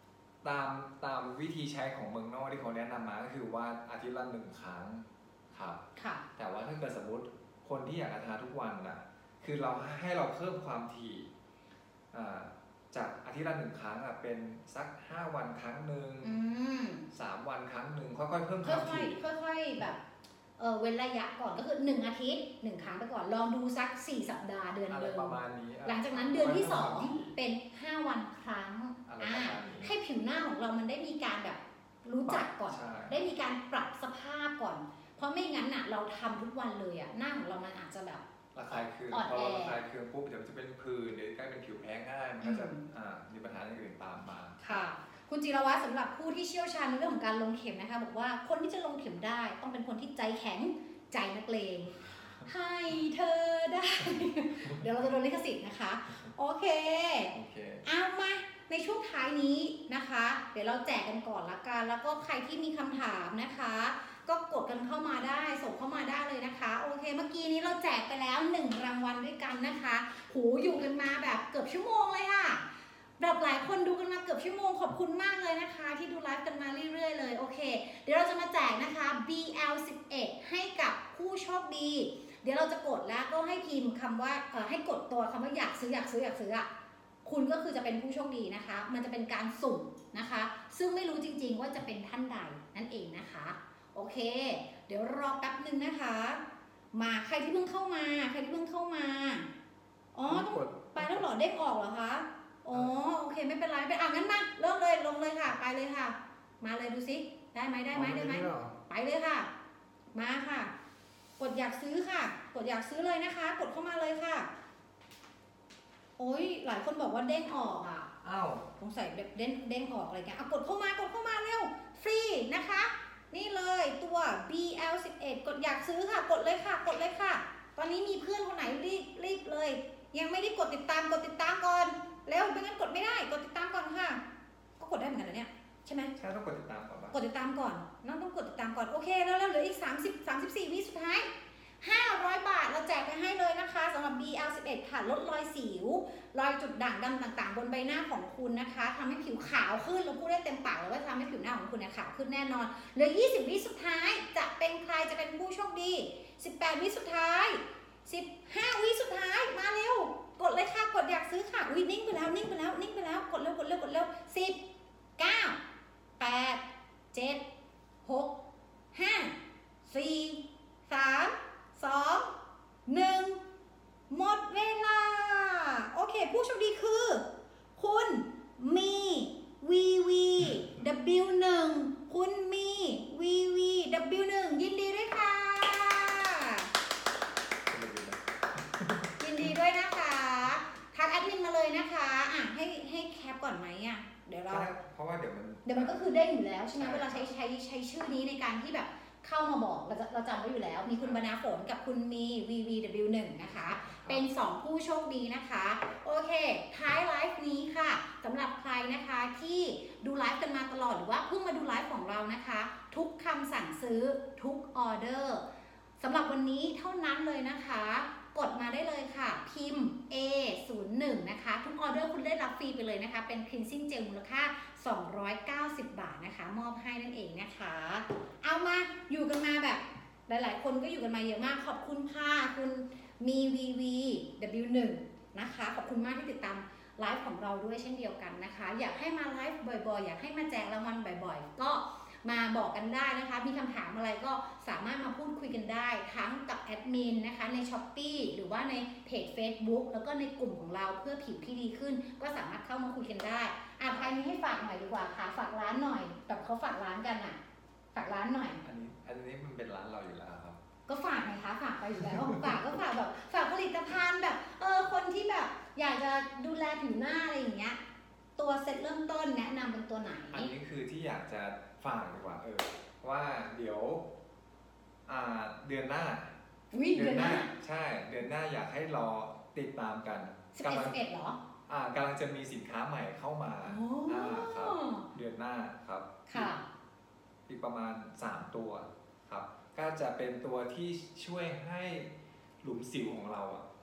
ตามตามวิธีใช้ของเมืองนอกที่เขาแนะนำมาก็คือว่าอาทิตย์ละหนึ่งครั้งครับค่ะแต่ว่าถ้าเกิดสมมติคนที่อยากจะทาทุกวันน่ะคือเราให้เราเพิ่มความถี่อ่าจากอาทิตย์ละหนึ่งครั้งอ่ะเป็นสักห้าวันครั้งหนึ่งอืมสามวันครั้งหนึ่งค่อยๆเพิ่มคค่วามอยถี่ๆค่อยๆแบบเออเว้นระยะก่อนก็คือหนึ่งอาทิตย์หนึ่งครั้งไปก่อนลองดูสักสี่สัปดาห์เดือนอะไรหนึ่งประมาณนี้อ่ะหลังจากนั้นเดือนที่สองค่ยๆเพิ่มความถี่เป็นห้าวันครั้งอะไรอ่าประมาณนี้ให้ผิวหน้าของเรามันได้มีการแบบรู้จักก่อนใช่ได้มีการปรับสภาพก่อน เพราะไม่งั้นน่ะเราทำทุกวันเลยอ่ะหน้าของเรามันอาจจะแบบระคายเคืองอ่อนพอแอเราระคายเคืองปุ๊บเดี๋ยวมันจะเป็นผื่นเดี๋ยวกลายเป็นผิวแพ้ง่ายมันก็จะอืมอ่ามีปัญหาอย่างอื่นตามมาค่ะ คุณจิรวัตรสำหรับผู้ที่เชี่ยวชาญในเรื่องของการลงเข็มนะคะบอกว่าคนที่จะลงเข็มได้ต้องเป็นคนที่ใจแข็งใจนักเลงให้เธอได้ เดี๋ยวเราจะโดนลิขสิทธิ์นะคะ โอเคโอเคเอามาในช่วงท้ายนี้นะคะ เดี๋ยวเราแจกกันก่อนละกันแล้วก็ใครที่มีคำถามนะคะ ก็กดกันเข้ามาได้ส่งเข้ามาได้เลยนะคะ โอเค เมื่อกี้นี้เราแจกไปแล้วหนึ่งรางวัลด้วยกันนะคะหูอยู่กันมาแบบเกือบชั่วโมงเลยอะแบบหลายคนดูกันมาเกือบชั่วโมงขอบคุณมากเลยนะคะ ที่ดูไลฟ์กันมาเรื่อยๆเลยโอเค เดี๋ยวเราจะมาแจกนะคะ บี แอล สิบเอ็ด ให้กับผู้โชคดี เดี๋ยวเราจะกดแล้วก็ให้พิมพ์คำว่าเอ่อให้กดตัวคำว่าอยากซื้ออยากซื้ออยากซื้ออะคุณก็คือจะเป็นผู้โชคดีนะคะ มันจะเป็นการสุ่มนะคะ ซึ่งไม่รู้จริงๆว่าจะเป็นท่านใดนั่นเองนะคะ โอเค เดี๋ยวรอแป๊บหนึ่งนะคะ มาใครที่เพิ่งเข้ามา ใครที่เพิ่งเข้ามา อ๋อต้องกดไปแล้วเหรอเด้งออกเหรอคะ อ๋อโอเคไม่เป็นไรไม่เป็นอ่ะงั้นมาเริ่มเลยลงเลยค่ะ ไปเลยค่ะ มาเลยดูซิได้ไหมได้ไหมได้ไหมอ๋อไปเลยค่ะ มาค่ะ กดอยากซื้อค่ะ กดอยากซื้อเลยนะคะ กดเข้ามาเลยค่ะ โอ้ยหลายคนบอกว่าเด้งออกอ่ะอ้าวสงสัยแบบเด้งเด้งออกอะไรเงี้ยเอากดเข้ามากดเข้ามาเร็วฟรีนะคะ นี่เลยตัว บี แอล สิบเอ็ด กดอยากซื้อค่ะ กดเลยค่ะ กดเลยค่ะ ตอนนี้มีเพื่อนคนไหนรีบรีบเลย ยังไม่ได้กดติดตามกดติดตามก่อนเร็วไม่งั้นกดไม่ได้กดติดตามก่อนค่ะ ก็กดได้เหมือนกันนะเนี่ยใช่ไหมใช่ต้องกดติดตามก่อนปะกดติดตามก่อนน้องต้องกดติดตามก่อน โอเค แล้วแล้วเหลืออีก สามสิบ สามสิบสี่ วิสุดท้าย ห้าร้อยบาท เราแจกไปให้เลยนะคะสำหรับ บี แอล สิบเอ็ด ค่ะ ลดรอยสิว รอยจุดด่างดำต่างๆ บนใบหน้าของคุณนะคะทำให้ผิวขาวขึ้น เราพูดได้เต็มปากเลยว่าทำให้ผิวหน้าของคุณเนี่ยขาวขึ้นแน่นอน เหลือ ยี่สิบ วิสุดท้าย จะเป็นใครจะเป็นผู้โชคดี สิบแปด วิสุดท้าย สิบห้า วิสุดท้าย มาเร็ว กดเลยค่ะ กดอยากซื้อค่ะอุ้ยนิ่งไปแล้ว นิ่งไปแล้ว นิ่งไปแล้ว กดเร็ว กดเร็ว กดเร็ว สิบ เก้า แปด เจ็ด หก ห้า สี่ สาม สอง หนึ่ง หมดเวลา โอเค ผู้โชคดีคือ คุณมี วี วี ดับเบิลยู หนึ่ง คุณมี วี วี ดับเบิลยู หนึ่ง ยินดีด้วยค่ะ ยินดีด้วยนะคะทักแอดมินมาเลยนะคะอ่ะให้ให้แคปก่อนไหมอ่ะเดี๋ยวเราใช่เพราะว่าเดี๋ยวมันเดี๋ยวมันก็คือได้อยู่แล้วใช่ไหมใช่เวลาใช้ใช้ใช้ชื่อนี้ในการที่แบบเข้ามาบอกเราจะเราจำไว้อยู่แล้ว มีคุณบรรณาฝนกับคุณมี วี วี ดับเบิลยู หนึ่ง นะคะ เป็นสองผู้โชคดีนะคะ โอเค ท้ายไลฟ์นี้ค่ะสำหรับใครนะคะที่ดูไลฟ์กันมาตลอดหรือว่าเพิ่งมาดูไลฟ์ของเรานะคะ ทุกคำสั่งซื้อทุกออเดอร์สำหรับวันนี้เท่านั้นเลยนะคะ กดมาได้เลยค่ะ พิมพ์ เอ ศูนย์ หนึ่ง นะคะ ทุกออเดอร์คุณได้รับฟรีไปเลยนะคะ เป็น cleansing gel มูลค่า สองร้อยเก้าสิบ บาทนะคะ มอบให้นั่นเองนะคะ เอามาอยู่กันมาแบบ หลายๆ คนก็อยู่กันมาเยอะมาก ขอบคุณค่ะ คุณมี วี วี ดับเบิลยู หนึ่ง นะคะ ขอบคุณมากที่ติดตามไลฟ์ของเราด้วยเช่นเดียวกันนะคะ อยากให้มาไลฟ์บ่อยๆ อยากให้มาแจกรางวัลบ่อยๆ ก็มาบอกกันได้นะคะ มีคำถามอะไรก็สามารถมาพูดคุยกันได้ ทั้งกับแอดมินนะคะใน ช้อปปี้ หรือว่าในเพจ เฟซบุ๊ก แล้วก็ในกลุ่มของเราเพื่อผิวที่ดีขึ้น ก็สามารถเข้ามาคุยกันได้อ่ะใครนี้ให้ฝากหน่อยดีกว่าค่ะ ฝากร้านหน่อยแบบเขาฝากร้านกันอ่ะ ฝากร้านหน่อยอันนี้อันนี้มันเป็นร้านเราอยู่แล้วครับก็ฝากไงคะฝากไปอยู่แล้ว ฝากก็ฝากแบบฝากผลิตภัณฑ์แบบเออคนที่แบบอยากจะดูแลผิวหน้าอะไรอย่างเงี้ย ตัวเซ็ตเริ่มต้นแนะนำเป็นตัวไหนอันนี้คือที่อยากจะฝากดีกว่าเออว่าเดี๋ยวอ่าเดือนหน้าอุ๊ยเดือนหน้าใช่เดือนหน้าอยากให้รอติดตามกันสิบเอ็ดกำลัสิบเอ็ดเหรออ่ากำลังจะมีสินค้าใหม่เข้ามาโอ้อ่าครับเดือนหน้าครับค่ะอีกประมาณสามตัวครับ ก็จะเป็นตัวที่ช่วยให้หลุมสิวของเราอะ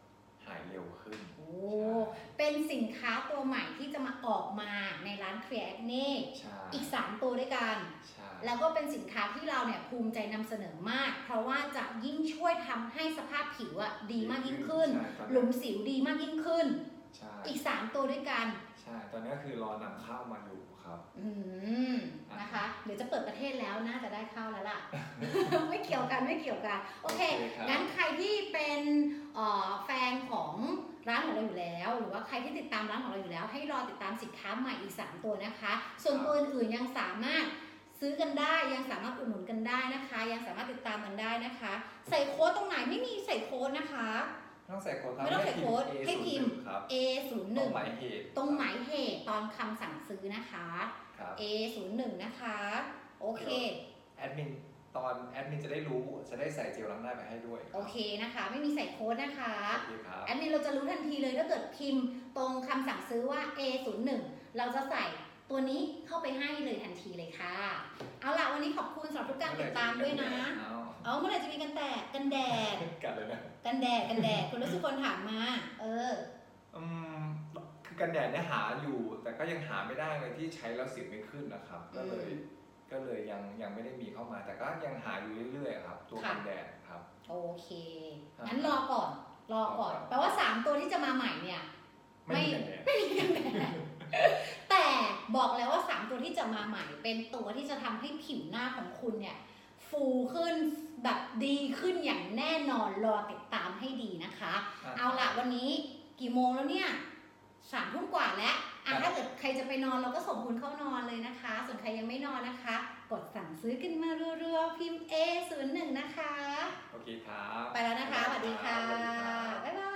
หายเร็วขึ้นโอ้ เป็นสินค้าตัวใหม่ที่จะมาออกมาในร้าน Clear Acne ใช่อีก สาม ตัวด้วยกันใช่แล้วก็เป็นสินค้าที่เราเนี่ยภูมิใจนำเสนอมาก เพราะว่าจะยิ่งช่วยทำให้สภาพผิวอะดีมากยิ่งขึ้นใช่ตอนหลุนี้มสิวดีมากยิ่งขึ้นใช่อีก สาม ตัวด้วยกันใช่ ตอนนี้ก็คือรอนำเข้ามาอยู่ครับอืม นะคะ เดี๋ยวจะเปิดประเทศแล้วน่าจะได้เข้าแล้วล่ะ ไม่เกี่ยวกันไม่เกี่ยวกัน โอเคโอเคครับงั้นใครที่เป็นเอ่อแฟนของร้านของเราอยู่แล้ว หรือว่าใครที่ติดตามร้านของเราอยู่แล้ว ให้รอติดตามสินค้าใหม่อีก สาม ตัวนะคะ ส่วนตัวอื่นๆยังสามารถซื้อกันได้ ยังสามารถอุดหนุนกันได้นะคะ ยังสามารถติดตามกันได้นะคะ ใส่โค้ดตรงไหนไม่มีใส่โค้ดนะคะไม่ต้องใส่โค้ดครับไม่ต้องใส่โค้ดให้พิมพ์ครับเอ ศูนย์ หตรนึ่งงหมายเหตุตรงหมายเหตุตอนคำสั่งซื้อนะคะครับเอ ศูนย์ หนึ่ง นะคะ โอเคแอดมินตอนแอดมินจะได้รู้จะได้ใส่เจลล้างหน้าไปให้ด้วยโอเคนะคะ ไม่มีใส่โค้ดนะคะโอเคครับแอดมินเราจะรู้ทันทีเลยถ้าเกิดพิมพ์ตรงคำสั่งซื้อว่า เอ ศูนย์ หนึ่ง เราจะใส่ตัวนี้เข้าไปให้เลยทันทีเลยค่ะ เอาล่ะวันนี้ขอบคุณสำหรับทุกการติดตามด้วยนะเอาเอาเมื่อไหร่จะมีกันแดดกันแดดกันเลยนะกันแดดกันแดดคุณรู้สึกคนถามมา เอออืมคือกันแดดเนี่ยหาอยู่ แต่ก็ยังหาไม่ได้เลยที่ใช้แล้วสิวไม่ขึ้นนะครับ ก็เลย ก็เลยยังยังไม่ได้มีเข้ามา แต่ก็ยังหาอยู่เรื่อยๆครับ ตัวค่ะกันแดดครับโอเคครับงั้นรอก่อน รอก่อนรอก่อนแปลว่าสามตัวที่จะมาใหม่เนี่ยไม่มีกันแดดไม่มีกันแดด แต่บอกแล้วว่าสามตัวที่จะมาใหม่ เป็นตัวที่จะทำให้ผิวหน้าของคุณเนี่ย ฟูขึ้นแบบดีขึ้นอย่างแน่นอน รอติดตามให้ดีนะคะอ่ะเอาล่ะวันนี้กี่โมงแล้วเนี่ยสามทุ่มกว่าแล้วอ่ะครับถ้าเกิดใครจะไปนอนเราก็ส่งคุณเข้านอนเลยนะคะ ส่วนใครยังไม่นอนนะคะ กดสั่งซื้อกันมารัวๆพิมพ์ เอ ศูนย์ หนึ่ง นะคะโอเคครับไปแล้วนะคะ สวัสดีค่ะสวัสดีครับบ๊ายบาย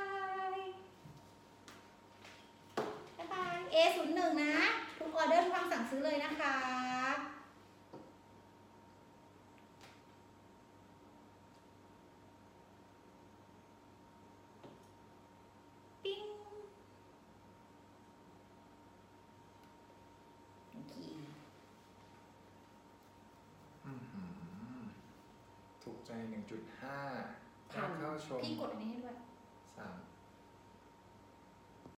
บ๊ายบาย เอ ศูนย์ หนึ่ง นะ ทุกออเดอร์ทุกคำสั่งซื้อเลยนะคะ ปิ้งโอเคอื้อหือถูกใจ หนึ่งจุดห้าผ่านเข้าชมพี่กดอันนี้ให้ด้วยสาม